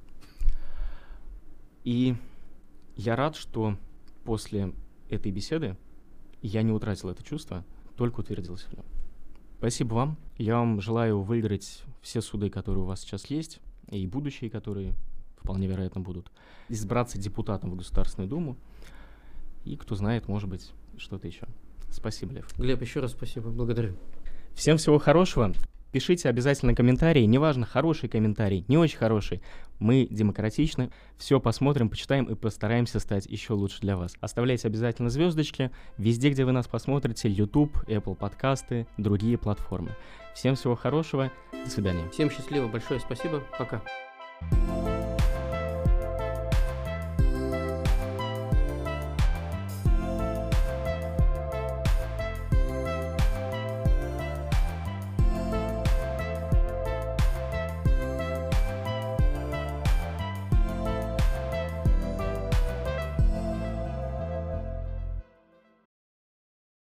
И я рад, что после этой беседы я не утратил это чувство, только утвердился в нем. Спасибо вам. Я вам желаю выиграть все суды, которые у вас сейчас есть, и будущие, которые вполне вероятно будут. Избраться депутатом в Государственную Думу. И, кто знает, может быть, что-то еще. Спасибо, Лев. Глеб, еще раз спасибо. Благодарю. Всем всего хорошего. Пишите обязательно комментарии. Неважно, хороший комментарий, не очень хороший. Мы демократичны. Все посмотрим, почитаем и постараемся стать еще лучше для вас. Оставляйте обязательно звездочки везде, где вы нас посмотрите. YouTube, Apple подкасты, другие платформы. Всем всего хорошего. До свидания. Всем счастливо. Большое спасибо. Пока.